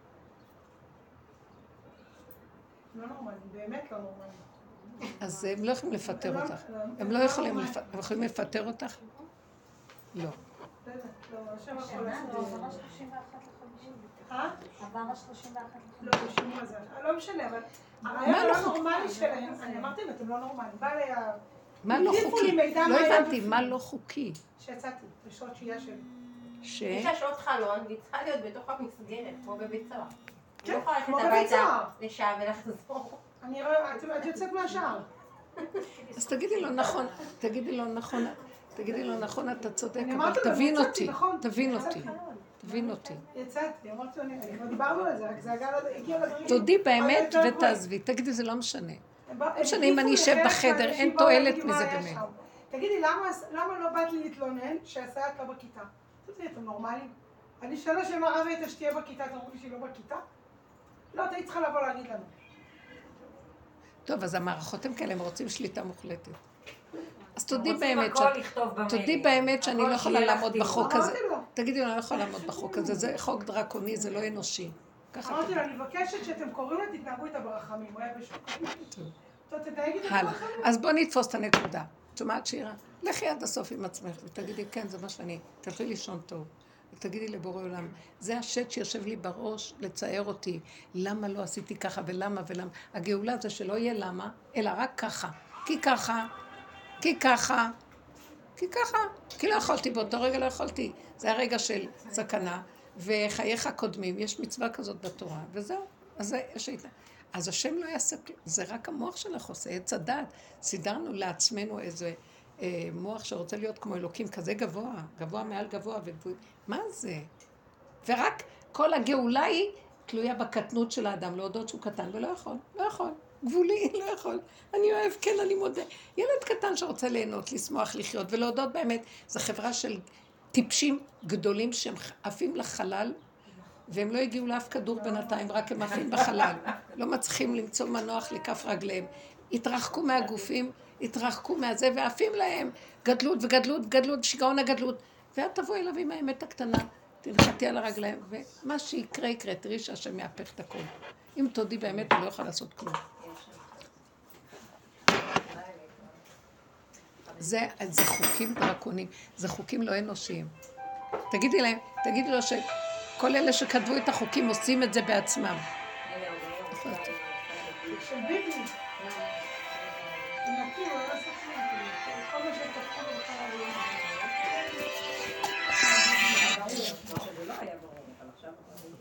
לא נורמלי, באמת לא נורמלי. אז הם לא יכולים לפטר אותך. הם לא יכולים לפטר, הם יכולים לפטר אותך? לא. לא, השם יכול לעשות את זה. עבר ה-שלושים ואחת לחמישים. אה? עבר ה-שלושים ואחת לחמישים. לא, בשימור הזה. לא משנה, אבל הרעיון הלא נורמלי שלהם, אני אמרתי להם, אתם לא נורמליים. בא לי ה... מה לא חוקי? לא הבנתי, מה לא חוקי? שיצאתי, בשעות שהייה שלי. ש... יש לה שעות חלון, והיא צריכה להיות בתוך המסגרת, כמו בבית סוהר. היא לא יכולה כמו ללכת בבית הביתה סוהר. לשעה ולחזור. אני רואה, את יוצאת מהשער. אז תגידי לו נכון, תגידי לו נכון, תגידי לו נכון, אתה צודק, אני אבל אמרתי לו, תבין יצאתי, אותי, נכון, תבין יצאתי. אותי, תבין אותי. יצאתי, אמרתי לו, אני כבר דיברנו על זה, רק זה הגיע לדברים. תודי באמת ותעזבי, תגידי, זה לא משנה. לא משנה אם אני אשב בחדר, אין תועלת מזה באמת. תגידי, למה לא באת לי להתלונן שהסייעת לא בכיתה? תגידי, אתם נורמליים? אני שנה שמראה ואיתה שתהיה בכיתה, אתם אומרים לי שהיא לא בכיתה? לא, אתה היית צריכה לבוא להגיד לנו. טוב, אז המערכות הם כאלה, הם רוצים שליטה מוחלטת. אז תודי באמת, תודי באמת שאני לא יכולה לעמוד בחוק הזה. תגידי, אני לא יכולה לעמוד בחוק הזה, זה חוק דרקוני, זה לא אנושי. אמרתי לו, אני מבקשת שאתם קוראים לה, תתנהגו איתה ברחמים, הוא היה בשוק. טוב, תתנהג איתה ברחמים. אז בוא נתפוס את הנקודה. תשמעת שירה? לכי עד הסוף עם עצמך ותגידי, כן, זה מה שאני, תלכי לישון טוב. ותגידי לבורא עולם, זה השט שיושב לי בראש לצייר אותי, למה לא עשיתי ככה ולמה ולמה. הגאולה זה שלא יהיה למה, אלא רק ככה. כי ככה, כי ככה, כי ככה, כי לא יכולתי, באותו רגע לא יכולתי. זה הרגע של סכנה, וחייך קודמים, יש מצווה כזאת בתורה, וזהו. אז זה, יש... אז השם לא יעשה, זה רק המוח שלך עושה, עץ הדת. סידרנו לעצמנו איזה אה, מוח שרוצה להיות כמו אלוקים, כזה גבוה, גבוה מעל גבוה וגבוה. מה זה? ורק כל הגאולה היא תלויה בקטנות של האדם, להודות שהוא קטן, ולא יכול, לא יכול. גבולי, לא יכול. אני אוהב, כן, אני מודה. ילד קטן שרוצה ליהנות, לשמוח, לחיות, ולהודות באמת, זו חברה של טיפשים גדולים שהם עפים לחלל, והם לא הגיעו לאף כדור בינתיים, רק הם עפים בחלל. לא מצליחים למצוא מנוח לכף רגליהם. התרחקו מהגופים, התרחקו מהזה, ועפים להם גדלות וגדלות וגדלות, שיגעון הגדלות. ואת תבוא אליו עם האמת הקטנה, תנחתי על הרגליים, ומה שיקרה יקרה, תראי שהשם יהפך את הכל. אם תודי באמת, הוא לא יכול לעשות כלום. זה, זה חוקים דרקונים, זה חוקים לא אנושיים. תגידי להם, תגידי לו שכל אלה שכתבו את החוקים עושים את זה בעצמם. של ביבי. הוא מכיר, הוא לא עושה כלום. כל מה שתפכו לו בכלל היום. זה לא היה ברור, אבל עכשיו...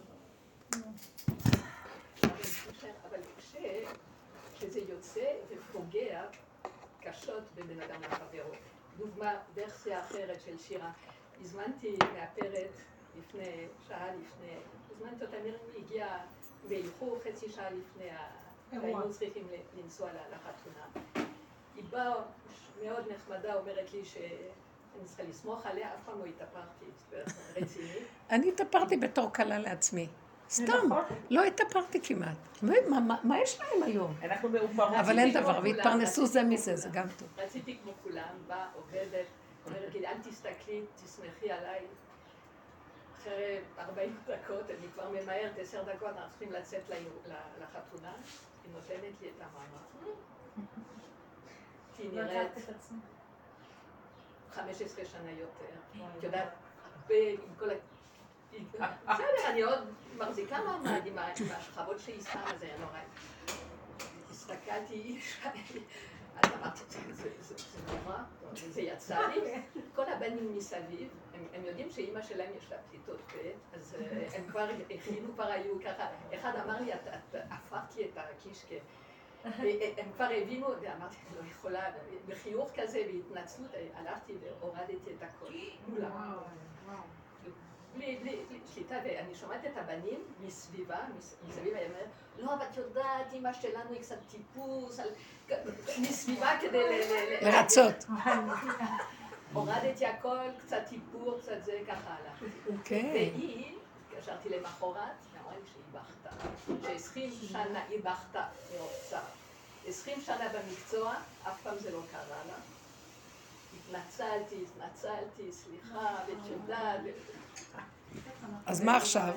אבל כשזה יוצא ופוגע קשות בבן אדם לחברו. דוגמה, דרסיה אחרת של שירה. הזמנתי מאפרת לפני, שעה לפני, הזמנתי אותה, היא הגיעה באיחור חצי שעה לפני, היינו צריכים לנסוע לחתונה. היא באה מאוד נחמדה, אומרת לי שאני צריכה לסמוך עליה, אף פעם לא התאפרתי, רציני. אני התאפרתי בתור קלה לעצמי. סתם, לא התאפרתי כמעט. מה יש להם היום? אנחנו מאופרות. אבל אין דבר, והתפרנסו זה מזה, זה גם טוב. רציתי כמו כולם, באה, עובדת, אומרת לי, אל תסתכלי, תסמכי עליי. אחרי ארבעים דקות, אני כבר ממהרת, עשר דקות, אנחנו צריכים לצאת לחתונה, היא נותנת לי את המאמר. היא נראית חמש עשרה שנה יותר. את יודעת, הרבה עם כל ה... בסדר, אני עוד מחזיקה מעמד עם השכבות שהיא שמה, זה היה נורא. הסתכלתי, אז אמרתי, זה נורא, זה יצא לי. כל הבנים מסביב, הם יודעים שאימא שלהם יש לה פליטות פה, אז הם כבר הכינו, כבר היו ככה. אחד אמר לי, את הפכת לי את הקישקה. הם כבר הבינו, ואמרתי, לא יכולה, בחיוך כזה והתנצלות, הלכתי והורדתי את הכל. בלי, בלי, בלי שליטה, ואני שומעת את הבנים מסביבה, מסביב, אני אומרת, לא, אבל את יודעת, אמא שלנו היא קצת טיפוס, מסביבה כדי לרצות. הורדתי הכל, קצת טיפור, קצת זה, ככה הלכתי. והיא, קשרתי למחרת, אמרה לי שהיא בכתה, שעשרים שנה היא בכתה מרוצה. עשרים שנה במקצוע, אף פעם זה לא קרה לה. התנצלתי, התנצלתי, סליחה, ותודה. אז מה עכשיו?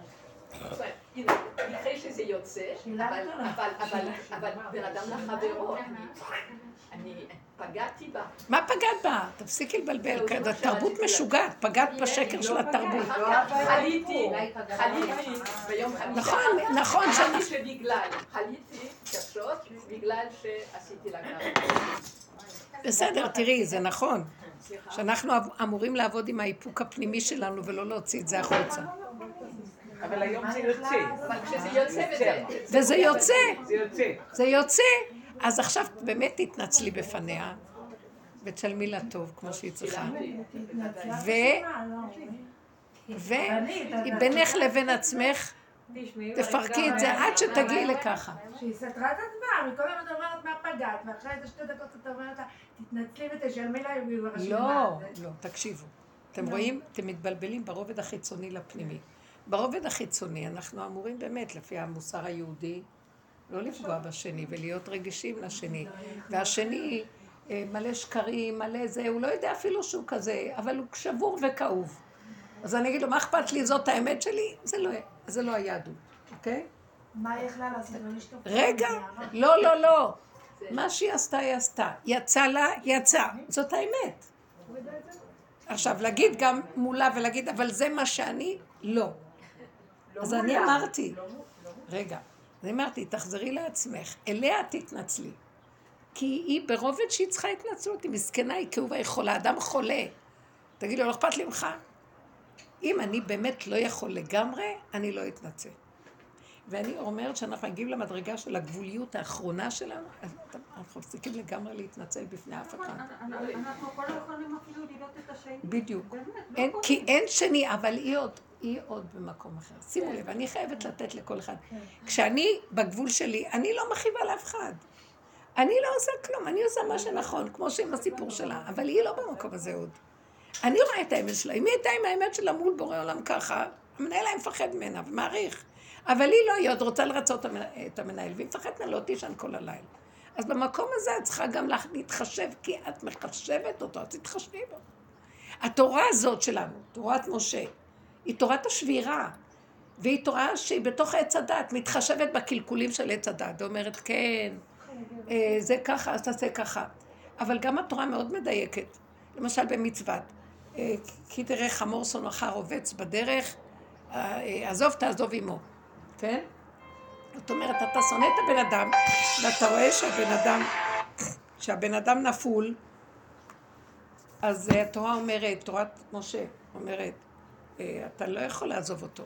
אחרי שזה יוצא, אבל בן אדם לחברו, אני פגעתי בה. מה פגעת בה? תפסיקי לבלבל, התרבות משוגעת, פגעת בשקר של התרבות. חליתי, חליתי ביום חמישה. נכון, נכון. חליתי שבגלל, חליתי קשות בגלל שעשיתי לה גרם. בסדר, תראי, זה נכון. שאנחנו אמורים לעבוד עם האיפוק הפנימי שלנו ולא להוציא את זה החוצה. אבל היום זה יוצא. אבל כשזה יוצא וזה... וזה יוצא. זה יוצא. זה יוצא. אז עכשיו באמת תתנצלי בפניה, ותשלמי לה טוב, כמו שהיא צריכה. ו... ובינך לבין עצמך, תפרקי את זה עד שתגיעי לככה. שהיא סתרה את עצמה, מכל יום את אומרת מה פגעת, ואחרי איזה שתי דקות את אומרת לה, תתנצלי ותשלמי לה עם הרשימה. לא, לא, תקשיבו. אתם רואים, אתם מתבלבלים ברובד החיצוני לפנימי. ברובד החיצוני אנחנו אמורים באמת, לפי המוסר היהודי, לא לפגוע בשני ולהיות רגישים לשני. והשני מלא שקרים, מלא זה, הוא לא יודע אפילו שהוא כזה, אבל הוא שבור וכאוב. אז אני אגיד לו, מה אכפת לי, זאת האמת שלי? זה לא, זה לא היהדות, אוקיי? מה היא יכלה לעשות? לא לשתוק? רגע, לא, לא, לא. מה שהיא עשתה, היא עשתה. יצא לה, יצא. זאת האמת. עכשיו, להגיד גם מולה ולהגיד, אבל זה מה שאני, לא. אז אני אמרתי, רגע, אני אמרתי, תחזרי לעצמך, אליה תתנצלי. כי היא ברובד שהיא צריכה התנצלות, היא מסכנה, היא כאובה, היא חולה, אדם חולה. תגיד לו, לא אכפת לי ממך. אם אני באמת לא יכול לגמרי, אני לא אתנצל. ואני אומרת שאנחנו מגיעים למדרגה של הגבוליות האחרונה שלנו, אנחנו מפסיקים לגמרי להתנצל בפני אף אחד. אנחנו כל יכולים אפילו לראות את השני. בדיוק. כי אין שני, אבל היא עוד, היא עוד במקום אחר. שימו לב, אני חייבת לתת לכל אחד. כשאני בגבול שלי, אני לא מכיבה לאף אחד. אני לא עושה כלום, אני עושה מה שנכון, כמו שעם הסיפור שלה, אבל היא לא במקום הזה עוד. אני רואה את האמת שלה, אם היא הייתה עם האמת שלה מול בורא עולם ככה, המנהל היה מפחד ממנה ומעריך. אבל היא לא, היא עוד רוצה לרצות את המנהל, והיא מפחדת ממנה, לא תישן כל הלילה. אז במקום הזה את צריכה גם להתחשב, כי את מחשבת אותו, את תתחשבי בו. התורה הזאת שלנו, תורת משה, היא תורת השבירה, והיא תורה שהיא בתוך עץ הדת, מתחשבת בקלקולים של עץ הדת, ואומרת, כן, זה ככה, אז תעשה ככה. אבל גם התורה מאוד מדייקת, למשל במצוות, כי תראה חמור שונאך רובץ בדרך, עזוב תעזוב עמו. כן? זאת אומרת, אתה שונא את הבן אדם, ואתה רואה שהבן אדם, שהבן אדם נפול, אז התורה אומרת, תורת משה אומרת, אתה לא יכול לעזוב אותו.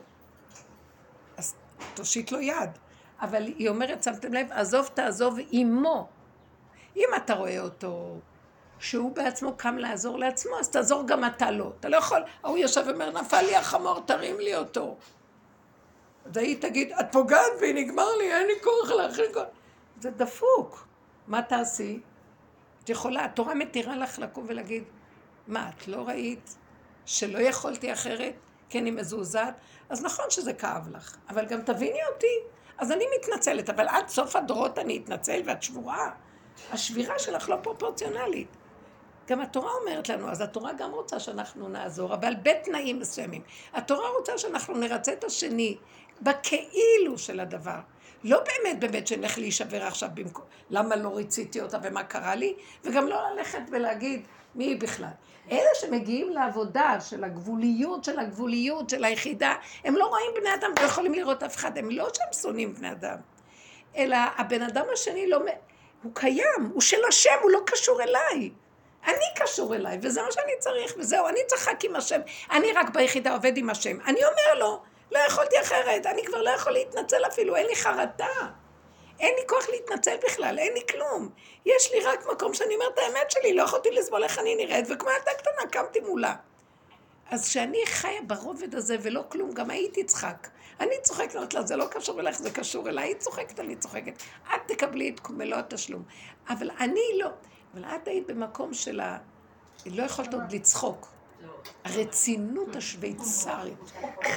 אז תושיט לו יד. אבל היא אומרת, שמתם לב, עזוב תעזוב עמו. אם אתה רואה אותו, שהוא בעצמו קם לעזור לעצמו, אז תעזור גם אתה לא. אתה לא יכול, הוא יושב ואומר, נפל לי החמור, תרים לי אותו. אז היא תגיד, את פוגעת בי, נגמר לי, אין לי כוח להכין כוח. זה דפוק. מה תעשי? את יכולה, התורה מתירה לך לקום ולהגיד, מה, את לא ראית שלא יכולתי אחרת, כי אני מזועזעת? אז נכון שזה כאב לך, אבל גם תביני אותי. אז אני מתנצלת, אבל עד סוף הדורות אני אתנצל, ואת שבורה. השבירה שלך לא פרופורציונלית. גם התורה אומרת לנו, אז התורה גם רוצה שאנחנו נעזור, אבל בתנאים מסוימים. התורה רוצה שאנחנו נרצה את השני, בכאילו של הדבר. לא באמת באמת שנלך להישבר עכשיו במקום, למה לא ריציתי אותה ומה קרה לי, וגם לא ללכת ולהגיד מי היא בכלל. אלה שמגיעים לעבודה של הגבוליות, של הגבוליות, של היחידה, הם לא רואים בני אדם, לא יכולים לראות אף אחד, הם לא שם שונאים בני אדם. אלא הבן אדם השני לא, הוא קיים, הוא של השם, הוא לא קשור אליי. אני קשור אליי, וזה מה שאני צריך, וזהו, אני צחק עם השם, אני רק ביחידה עובד עם השם. אני אומר לו, לא יכולתי אחרת, אני כבר לא יכול להתנצל אפילו, אין לי חרטה. אין לי כוח להתנצל בכלל, אין לי כלום. יש לי רק מקום שאני אומרת את האמת שלי, לא יכולתי לסבול איך אני נראית, וכמו ילדה קטנה קמתי מולה. אז כשאני חיה ברובד הזה ולא כלום, גם הייתי צחק. אני צוחקת, אומרת לה, זה לא קשור אליך, זה קשור אליי, היא צוחקת, אני צוחקת. את תקבלי את מלוא התשלום. אבל אני לא. אבל את היית במקום שלה, היא לא יכולת עוד לצחוק. הרצינות השוויצרית.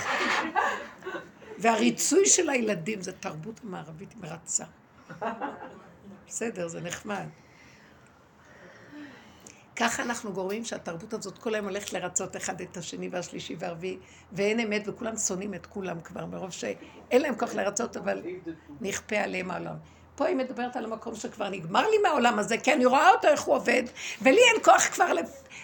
והריצוי של הילדים, זה תרבות המערבית מרצה. בסדר, זה נחמד. ככה אנחנו גורמים שהתרבות הזאת כל היום הולכת לרצות אחד את השני והשלישי והרביעי, ואין אמת, וכולם שונאים את כולם כבר, מרוב שאין להם כוח לרצות, אבל נכפה עליהם העולם. פה היא מדברת על המקום שכבר נגמר לי מהעולם הזה, כי אני רואה אותו איך הוא עובד, ולי אין כוח כבר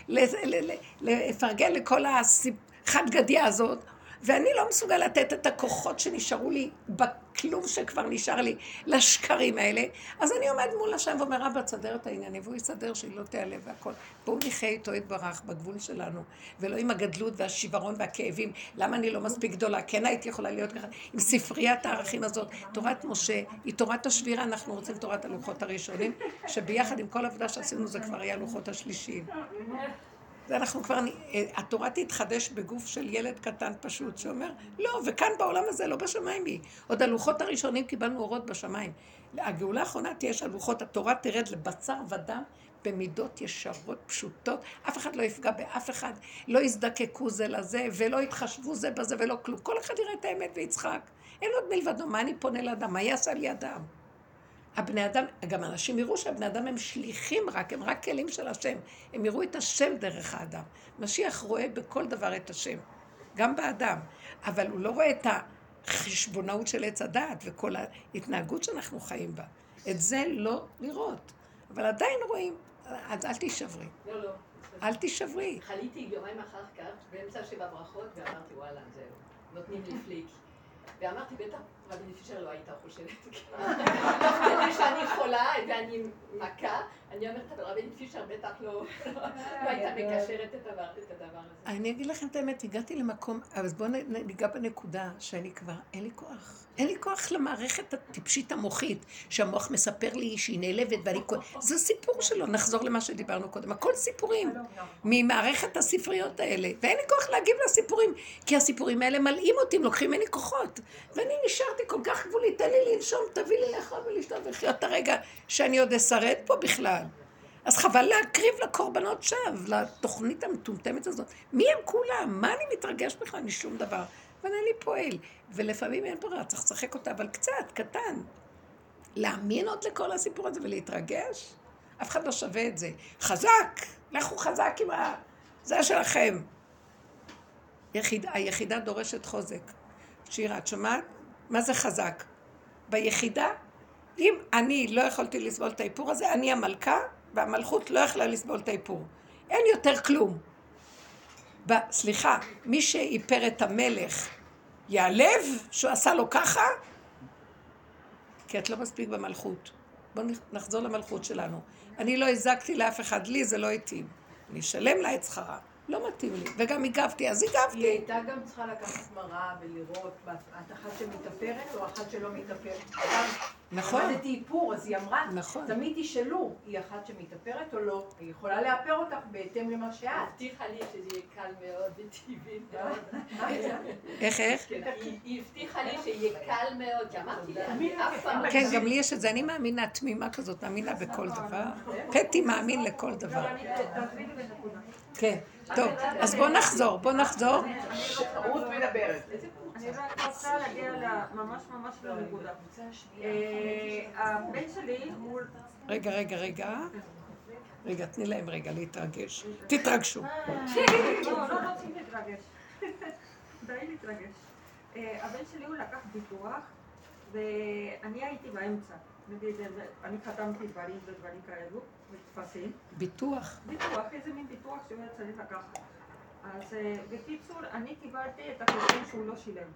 לפרגן לכל החד גדיה הזאת, ואני לא מסוגל לתת את הכוחות שנשארו לי בכלום שכבר נשאר לי לשקרים האלה. אז אני עומד מול השם ואומר, רבא, תסדר את העניינים, והוא יסדר שהיא לא תעלה והכל. בואו נחיה איתו יתברך בגבול שלנו, ולא עם הגדלות והשיוורון והכאבים. למה אני לא מספיק גדולה? כן הייתי יכולה להיות ככה, עם ספריית הערכים הזאת. תורת משה היא תורת השבירה, אנחנו רוצים תורת הלוחות הראשונים, שביחד עם כל עבודה שעשינו זה כבר היה לוחות השלישיים. ואנחנו כבר, התורה תתחדש בגוף של ילד קטן פשוט, שאומר, לא, וכאן בעולם הזה, לא בשמיים היא. עוד הלוחות הראשונים קיבלנו אורות בשמיים. הגאולה האחרונה תהיה שהלוחות, התורה תרד לבשר ודם, במידות ישרות פשוטות, אף אחד לא יפגע באף אחד, לא יזדקקו זה לזה, ולא יתחשבו זה בזה ולא כלום. כל אחד יראה את האמת ויצחק. אין עוד מלבדו, מה אני פונה לאדם? מה יעשה לי אדם? הבני אדם, גם אנשים יראו שהבני אדם הם שליחים רק, הם רק כלים של השם. הם יראו את השם דרך האדם. משיח רואה בכל דבר את השם, גם באדם. אבל הוא לא רואה את החשבונאות של עץ הדעת וכל ההתנהגות שאנחנו חיים בה. את זה לא לראות. אבל עדיין רואים, אז אל תישברי. לא, לא. אל תישברי. חליתי יומיים אחר כך, באמצע שבע ברכות, ואמרתי, וואלה, זהו, נותנים לי פליק. ואמרתי, בטח, רבי פישר לא הייתה חושבת. כדי שאני חולה ואני מכה, אני אומרת, אבל רבי פישר בטח לא הייתה מקשרת את הדבר הזה. אני אגיד לכם את האמת, הגעתי למקום, אז בואו ניגע בנקודה שאני כבר, אין לי כוח. אין לי כוח למערכת הטיפשית המוחית, שהמוח מספר לי שהיא נעלבת ואני... זה סיפור שלו, נחזור למה שדיברנו קודם. הכל סיפורים ממערכת הספריות האלה. ואין לי כוח להגיב לסיפורים, כי הסיפורים האלה מלאים אותי, לוקחים ממני כוחות. ואני נשארתי כל כך גבולי, תן לי לנשום, תביא לי לאכול ולשתות ולחיות את הרגע שאני עוד אשרד פה בכלל. אז חבל להקריב לקורבנות שווא, לתוכנית המטומטמת הזאת. מי הם כולם? מה אני מתרגש בכלל? אני שום דבר. ואני פועל. ולפעמים אין ברירה, צריך לשחק אותה, אבל קצת, קטן. להאמין עוד לכל הסיפור הזה ולהתרגש? אף אחד לא שווה את זה. חזק! לכו חזק עם ה... זה שלכם. יחיד... היחידה דורשת חוזק. שירה, את שומעת? מה זה חזק? ביחידה, אם אני לא יכולתי לסבול את האיפור הזה, אני המלכה, והמלכות לא יכלה לסבול את האיפור. אין יותר כלום. ב... סליחה, מי שאיפר את המלך, יעלב שהוא עשה לו ככה? כי את לא מספיק במלכות. בואו נחזור למלכות שלנו. אני לא הזקתי לאף אחד, לי זה לא התאים. אני אשלם לה את שכרה. לא מתאים לי. וגם הגבתי, אז הגבתי. היא הייתה גם צריכה לקחת מראה ולראות, את אחת שמתאפרת או אחת שלא מתאפרת. נכון. עמדתי איפור, אז היא אמרה, נכון. תמיד תשאלו, היא אחת שמתאפרת או לא? היא יכולה לאפר אותך בהתאם למה שאת. הבטיחה לי שזה יהיה קל מאוד וטבעי מאוד. איך, איך? היא הבטיחה לי שיהיה קל מאוד, כי אמרתי לה, אני אף פעם... כן, גם לי יש את זה, אני מאמינה תמימה כזאת, מאמינה בכל דבר. פטי מאמין לכל דבר. כן, טוב, אז בוא נחזור, בוא נחזור. רות מדברת. אני רק רוצה להגיע ממש ממש לנקודה. הבן שלי הוא... רגע, רגע, רגע. רגע, תני להם רגע להתרגש. תתרגשו. לא, לא רוצים להתרגש. די להתרגש. הבן שלי הוא לקח ביטוח, ואני הייתי באמצע. נגיד, אני חתמתי דברים ודברים כאלו, וטפסים. ביטוח? ביטוח, איזה מין ביטוח שהוא היה צריך לקחת. אז בקיצור, אני קיבלתי את החשבון שהוא לא שילם.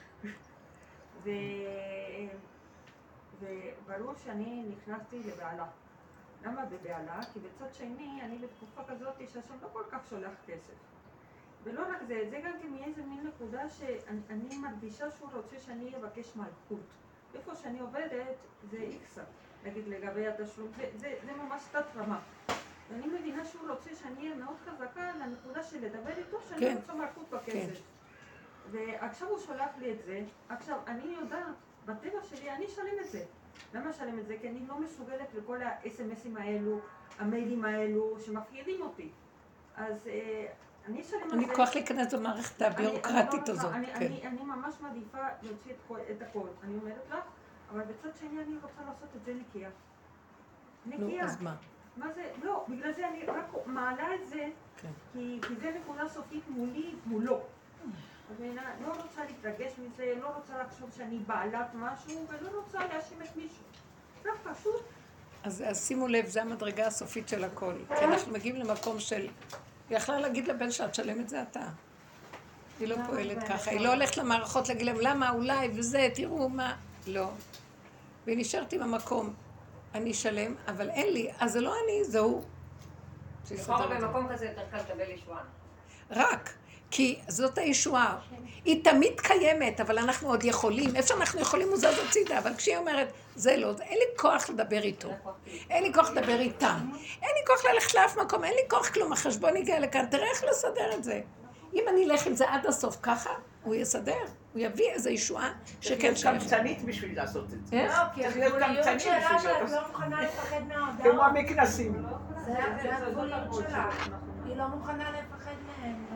וברור שאני נכנסתי לבעלה. למה בבעלה? כי בצד שני, אני בתקופה כזאת שהשם לא כל כך שולח כסף. ולא רק זה, זה גם כן מאיזה מין נקודה שאני מרגישה שהוא רוצה שאני אבקש מלכות. איפה שאני עובדת זה איקסה, נגיד לגבי התשלום, זה, זה, זה ממש תת רמה. ואני מבינה שהוא רוצה שאני אהיה מאוד חזקה לנקודה של לדבר איתו, שאני כן. רוצה מלכות בכסף. כן. ועכשיו הוא שולח לי את זה, עכשיו אני יודעת, בטבע שלי אני אשלם את זה. למה אשלם את זה? כי אני לא מסוגלת לכל ה-אס אם אסים האלו, המיילים האלו, שמפחידים אותי. אז אני אשלם את זה. אני כוח להיכנס במערכת הביורוקרטית הזאת. אני ממש מעדיפה להוציא את הכל, אני אומרת לך, אבל בצד שני אני רוצה לעשות את זה נקייה. נקייה. נו, אז מה? מה זה? לא, בגלל זה אני רק מעלה את זה, כי זה נקודה סופית מולי, מולו. אז אני לא רוצה להתרגש מזה, לא רוצה לחשוב שאני בעלת משהו, ולא רוצה להאשים את מישהו. זה פשוט. אז שימו לב, זה המדרגה הסופית של הכל. כי אנחנו מגיעים למקום של... היא יכלה להגיד לבן שלה, תשלם את זה אתה. היא לא פועלת ככה, היא לא הולכת למערכות להגיד להם, למה, אולי, וזה, תראו מה. לא. והיא נשארת עם המקום, אני אשלם, אבל אין לי, אז זה לא אני, זה הוא. לפחות במקום כזה יותר קל לקבל ישועה. רק. כי זאת הישועה. היא תמיד קיימת, אבל אנחנו עוד יכולים. איפה שאנחנו יכולים הוא זז הצידה, אבל כשהיא אומרת, זה לא, אין לי כוח לדבר איתו. אין לי כוח לדבר איתם. אין לי כוח ללכת לאף מקום, אין לי כוח כלום. החשבון הגיע לכאן, תראה איך לסדר את זה. אם אני אלך עם זה עד הסוף ככה, הוא יסדר. הוא יביא איזו ישועה שכן שלך. צריך להיות קמצנית בשביל לעשות את זה. לא, כי הגבוליות שלה שאת לא מוכנה לפחד מההודעות. כמו המכנסים. זה הגבוליות שלה. היא לא מוכנה לפחד מהם.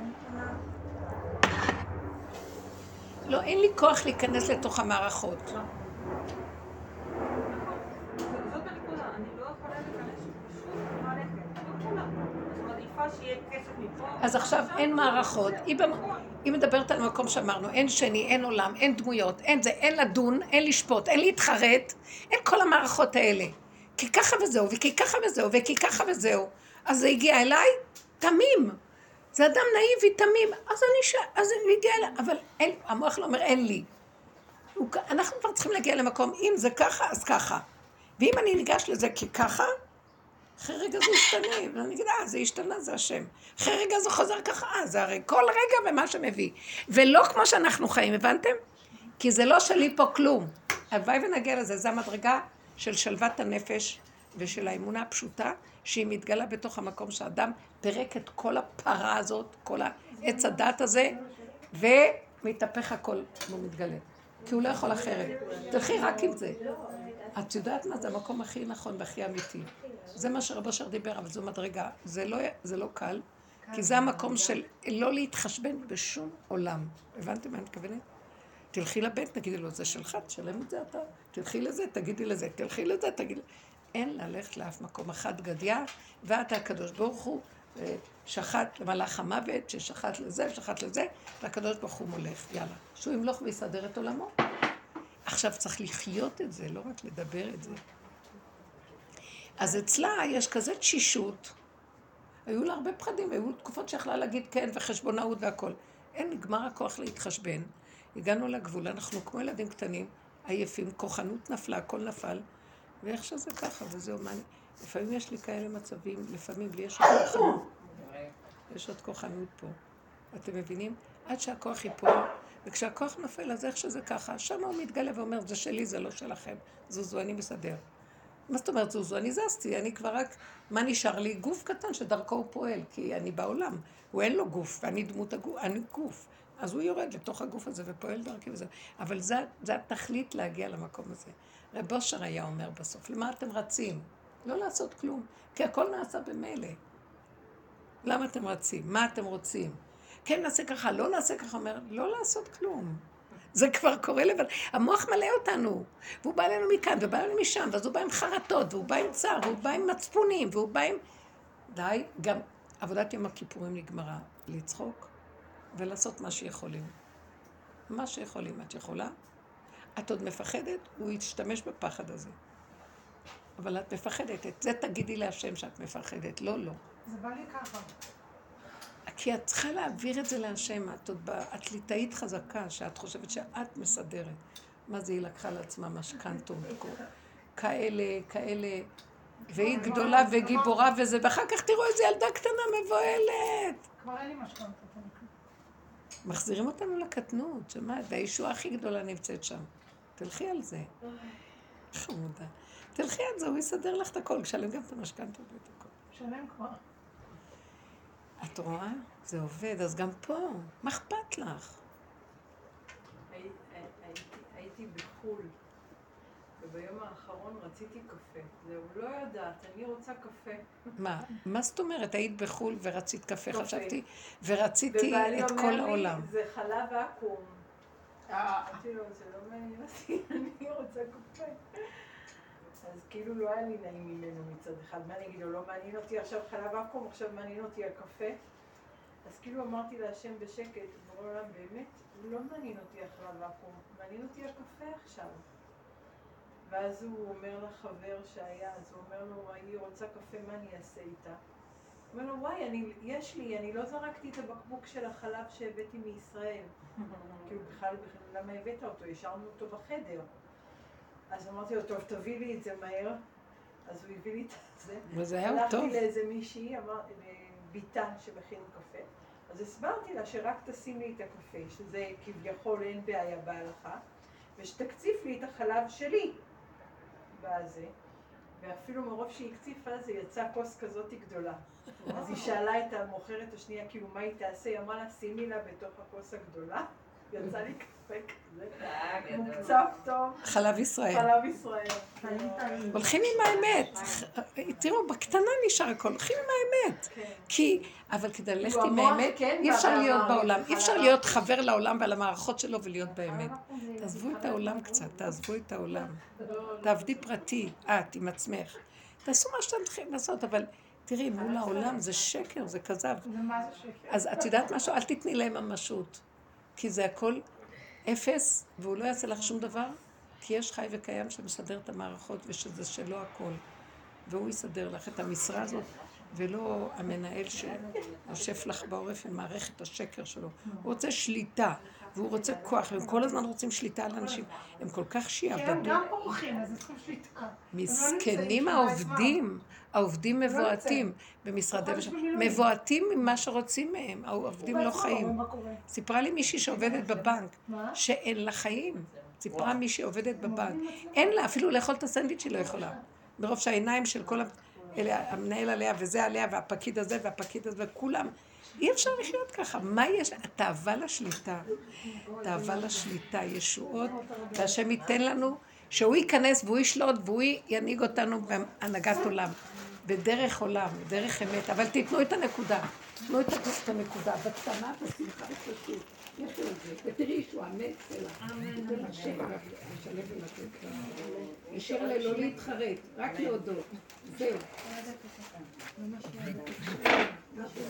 לא, אין לי כוח להיכנס לתוך המערכות. זאת הנקודה, אני לא יכולה להיכנס בשום מערכת, לא יכולה. אז מעדיפה שיהיה כסף מפה. אז עכשיו אין מערכות, היא מדברת על מקום שאמרנו, אין שני, אין עולם, אין דמויות, אין זה, אין לדון, אין לשפוט, אין להתחרט, אין כל המערכות האלה. כי ככה וזהו, וכי ככה וזהו, וכי ככה וזהו. אז זה הגיע אליי, תמים. זה אדם נאיבי, תמים, אז אני ש... אז אני מגיע אליי, אבל אין, המוח לא אומר, אין לי. הוא... אנחנו כבר צריכים להגיע למקום, אם זה ככה, אז ככה. ואם אני ניגש לזה כככה, אחרי רגע זה ישתנה, ואני אגיד, אה, זה ישתנה, זה השם. אחרי רגע זה חוזר ככה, אה, זה הרי כל רגע ומה שמביא. ולא כמו שאנחנו חיים, הבנתם? כי זה לא שלי פה כלום. הלוואי ונגיע לזה, זה המדרגה של שלוות הנפש ושל האמונה הפשוטה, שהיא מתגלה בתוך המקום שהאדם פרק את כל הפרה הזאת, כל העץ הדת הזה, ומתהפך הכל, והוא מתגלה. כי הוא לא יכול אחרת. תלכי רק עם זה. את יודעת מה? זה המקום הכי נכון והכי אמיתי. זה מה שרב אושר דיבר, אבל זו מדרגה. זה לא, זה לא קל, כי זה המקום של לא להתחשבן בשום עולם. הבנתם מה אני מתכוונת? תלכי לבית, תגידי לו, זה שלך, תשלם את זה אתה. תלכי לזה, תגידי לזה, תלכי לזה, תגידי... אין ללכת לאף מקום אחד גדיה, ואתה הקדוש ברוך הוא שחט למלאך המוות, ששחט לזה, שחט לזה, והקדוש ברוך הוא מולך, יאללה. שהוא ימלוך ויסדר את עולמו. עכשיו צריך לחיות את זה, לא רק לדבר את זה. אז אצלה יש כזה תשישות, היו לה הרבה פחדים, היו תקופות שיכלה להגיד כן וחשבונאות והכל. אין, נגמר הכוח להתחשבן. הגענו לגבול, אנחנו כמו ילדים קטנים, עייפים, כוחנות נפלה, הכל נפל, ואיך שזה ככה, וזהו, מה... לפעמים יש לי כאלה מצבים, לפעמים לי יש כוחנות. יש עוד כוחנות פה. אתם מבינים? עד שהכוח ייפול, וכשהכוח נופל, אז איך שזה ככה, שם הוא מתגלה ואומר, זה שלי, זה לא שלכם. זוזו, אני מסדר. מה זאת אומרת זוזו? אני זזתי, אני כבר רק, מה נשאר לי? גוף קטן שדרכו הוא פועל, כי אני בעולם. הוא אין לו גוף, ואני דמות הגוף, אני גוף. אז הוא יורד לתוך הגוף הזה ופועל דרכי וזה. אבל זה, זה התכלית להגיע למקום הזה. רב אושר היה אומר בסוף, למה אתם רצים? לא לעשות כלום, כי הכל נעשה במילא. למה אתם רצים? מה אתם רוצים? כן, נעשה ככה, לא נעשה ככה, אומר, לא לעשות כלום. זה כבר קורה לבד. המוח מלא אותנו, והוא בא אלינו מכאן, ובא אלינו משם, ואז הוא בא עם חרטות, והוא בא עם צער, והוא בא עם מצפונים, והוא בא עם... די, גם עבודת יום הכיפורים נגמרה, לצחוק ולעשות מה שיכולים. מה שיכולים, את יכולה? את עוד מפחדת, הוא ישתמש בפחד הזה. אבל את מפחדת, את זה תגידי להשם שאת מפחדת, לא, לא. זה בא לי ככה. כי את צריכה להעביר את זה להשם, את עוד את ליטאית חזקה, שאת חושבת שאת מסדרת. מה זה היא לקחה לעצמה משכנתות, כאלה, כאלה, והיא גדולה וגיבורה וזה, ואחר כך תראו איזה ילדה קטנה מבועלת. כבר אין לי משכנתות. מחזירים אותנו לקטנות, שמעת, והישועה הכי גדולה נמצאת שם. תלכי על זה. חמודה. תלכי על זה, הוא יסדר לך את הכל, כשלם גם את המשכנתות ואת הכל. שלם כבר. את רואה? זה עובד, אז גם פה, מה אכפת לך? הייתי בחול, וביום האחרון רציתי קפה. זהו, לא יודעת, אני רוצה קפה. מה? מה זאת אומרת? היית בחול ורצית קפה, חשבתי, ורציתי את כל העולם. זה חלב עקום. אמרתי לו, זה לא מעניין אותי, אני רוצה קפה. אז כאילו לא היה לי נעים ממנו מצד אחד, מה אני אגיד לו, לא מעניין אותי עכשיו חלב עקום, עכשיו מעניין אותי הקפה. אז כאילו אמרתי להשם בשקט, בורא עולם, באמת, לא מעניין אותי החלב עקום, מעניין אותי הקפה עכשיו. ואז הוא אומר לחבר שהיה, אז הוא אומר לו, היא רוצה קפה, מה אני אעשה איתה? הוא אומר לו, וואי, אני, יש לי, אני לא זרקתי את הבקבוק של החלב שהבאתי מישראל. כאילו בכלל, למה הבאת אותו? השארנו אותו בחדר. אז אמרתי לו, טוב, תביא לי את זה מהר. אז הוא הביא לי את זה. וזה היה טוב. הלכתי לאיזה מישהי, אמר, ביטן שמכין קפה. אז הסברתי לה שרק תשים לי את הקפה, שזה כביכול אין בעיה בהלכה, ושתקציף לי את החלב שלי בזה. ואפילו מרוב שהיא הקציפה זה יצא כוס כזאת גדולה. אז היא שאלה את המוכרת השנייה, כאילו מה היא תעשה? היא אמרה לה, שימי לה בתוך הכוס הגדולה. יצא לי קפה כזה, מוקצף טוב. חלב ישראל. חלב ישראל. הולכים עם האמת. תראו, בקטנה נשאר הכל, הולכים עם האמת. כי, אבל כדי ללכת עם האמת, אי אפשר להיות בעולם. אי אפשר להיות חבר לעולם ועל המערכות שלו ולהיות באמת. תעזבו את העולם קצת, תעזבו את העולם. תעבדי פרטי, את עם עצמך. תעשו מה שאתם צריכים לעשות, אבל תראי, מול העולם זה שקר, זה כזב. ומה זה שקר? אז את יודעת משהו? אל תתני להם ממשות. כי זה הכל אפס, והוא לא יעשה לך שום דבר, כי יש חי וקיים שמסדר את המערכות ושזה שלו הכל. והוא יסדר לך את המשרה הזאת, ולא המנהל שיושב לך בעורף עם מערכת השקר שלו. הוא רוצה שליטה, והוא רוצה כוח, והם כל הזמן רוצים שליטה על אנשים. הם כל כך שיעבדו. הם גם פורחים, אז צריכים שליטה. מסכנים העובדים, העובדים מבועתים במשרדי ושם. מבועתים ממה שרוצים מהם, העובדים לא חיים. סיפרה לי מישהי שעובדת בבנק, שאין לה חיים. סיפרה מישהי שעובדת בבנק. אין לה, אפילו לאכול את הסנדוויץ' היא לא יכולה. ברוב שהעיניים של כל המנהל עליה וזה עליה והפקיד הזה והפקיד הזה וכולם. אי אפשר לחיות ככה. מה יש? תאווה לשליטה. תאווה לשליטה, ישועות. והשם ייתן לנו שהוא ייכנס והוא ישלוט והוא ינהיג אותנו בהנהגת עולם. בדרך עולם, בדרך אמת. אבל תיתנו את הנקודה. תיתנו את הנקודה. בקטנה, בשמחה ופשוט. יש לו את זה. ותראי שהוא אמת שלך. זה לשם. לשלב ולתת. ישר ללא להתחרט. רק להודות. זהו.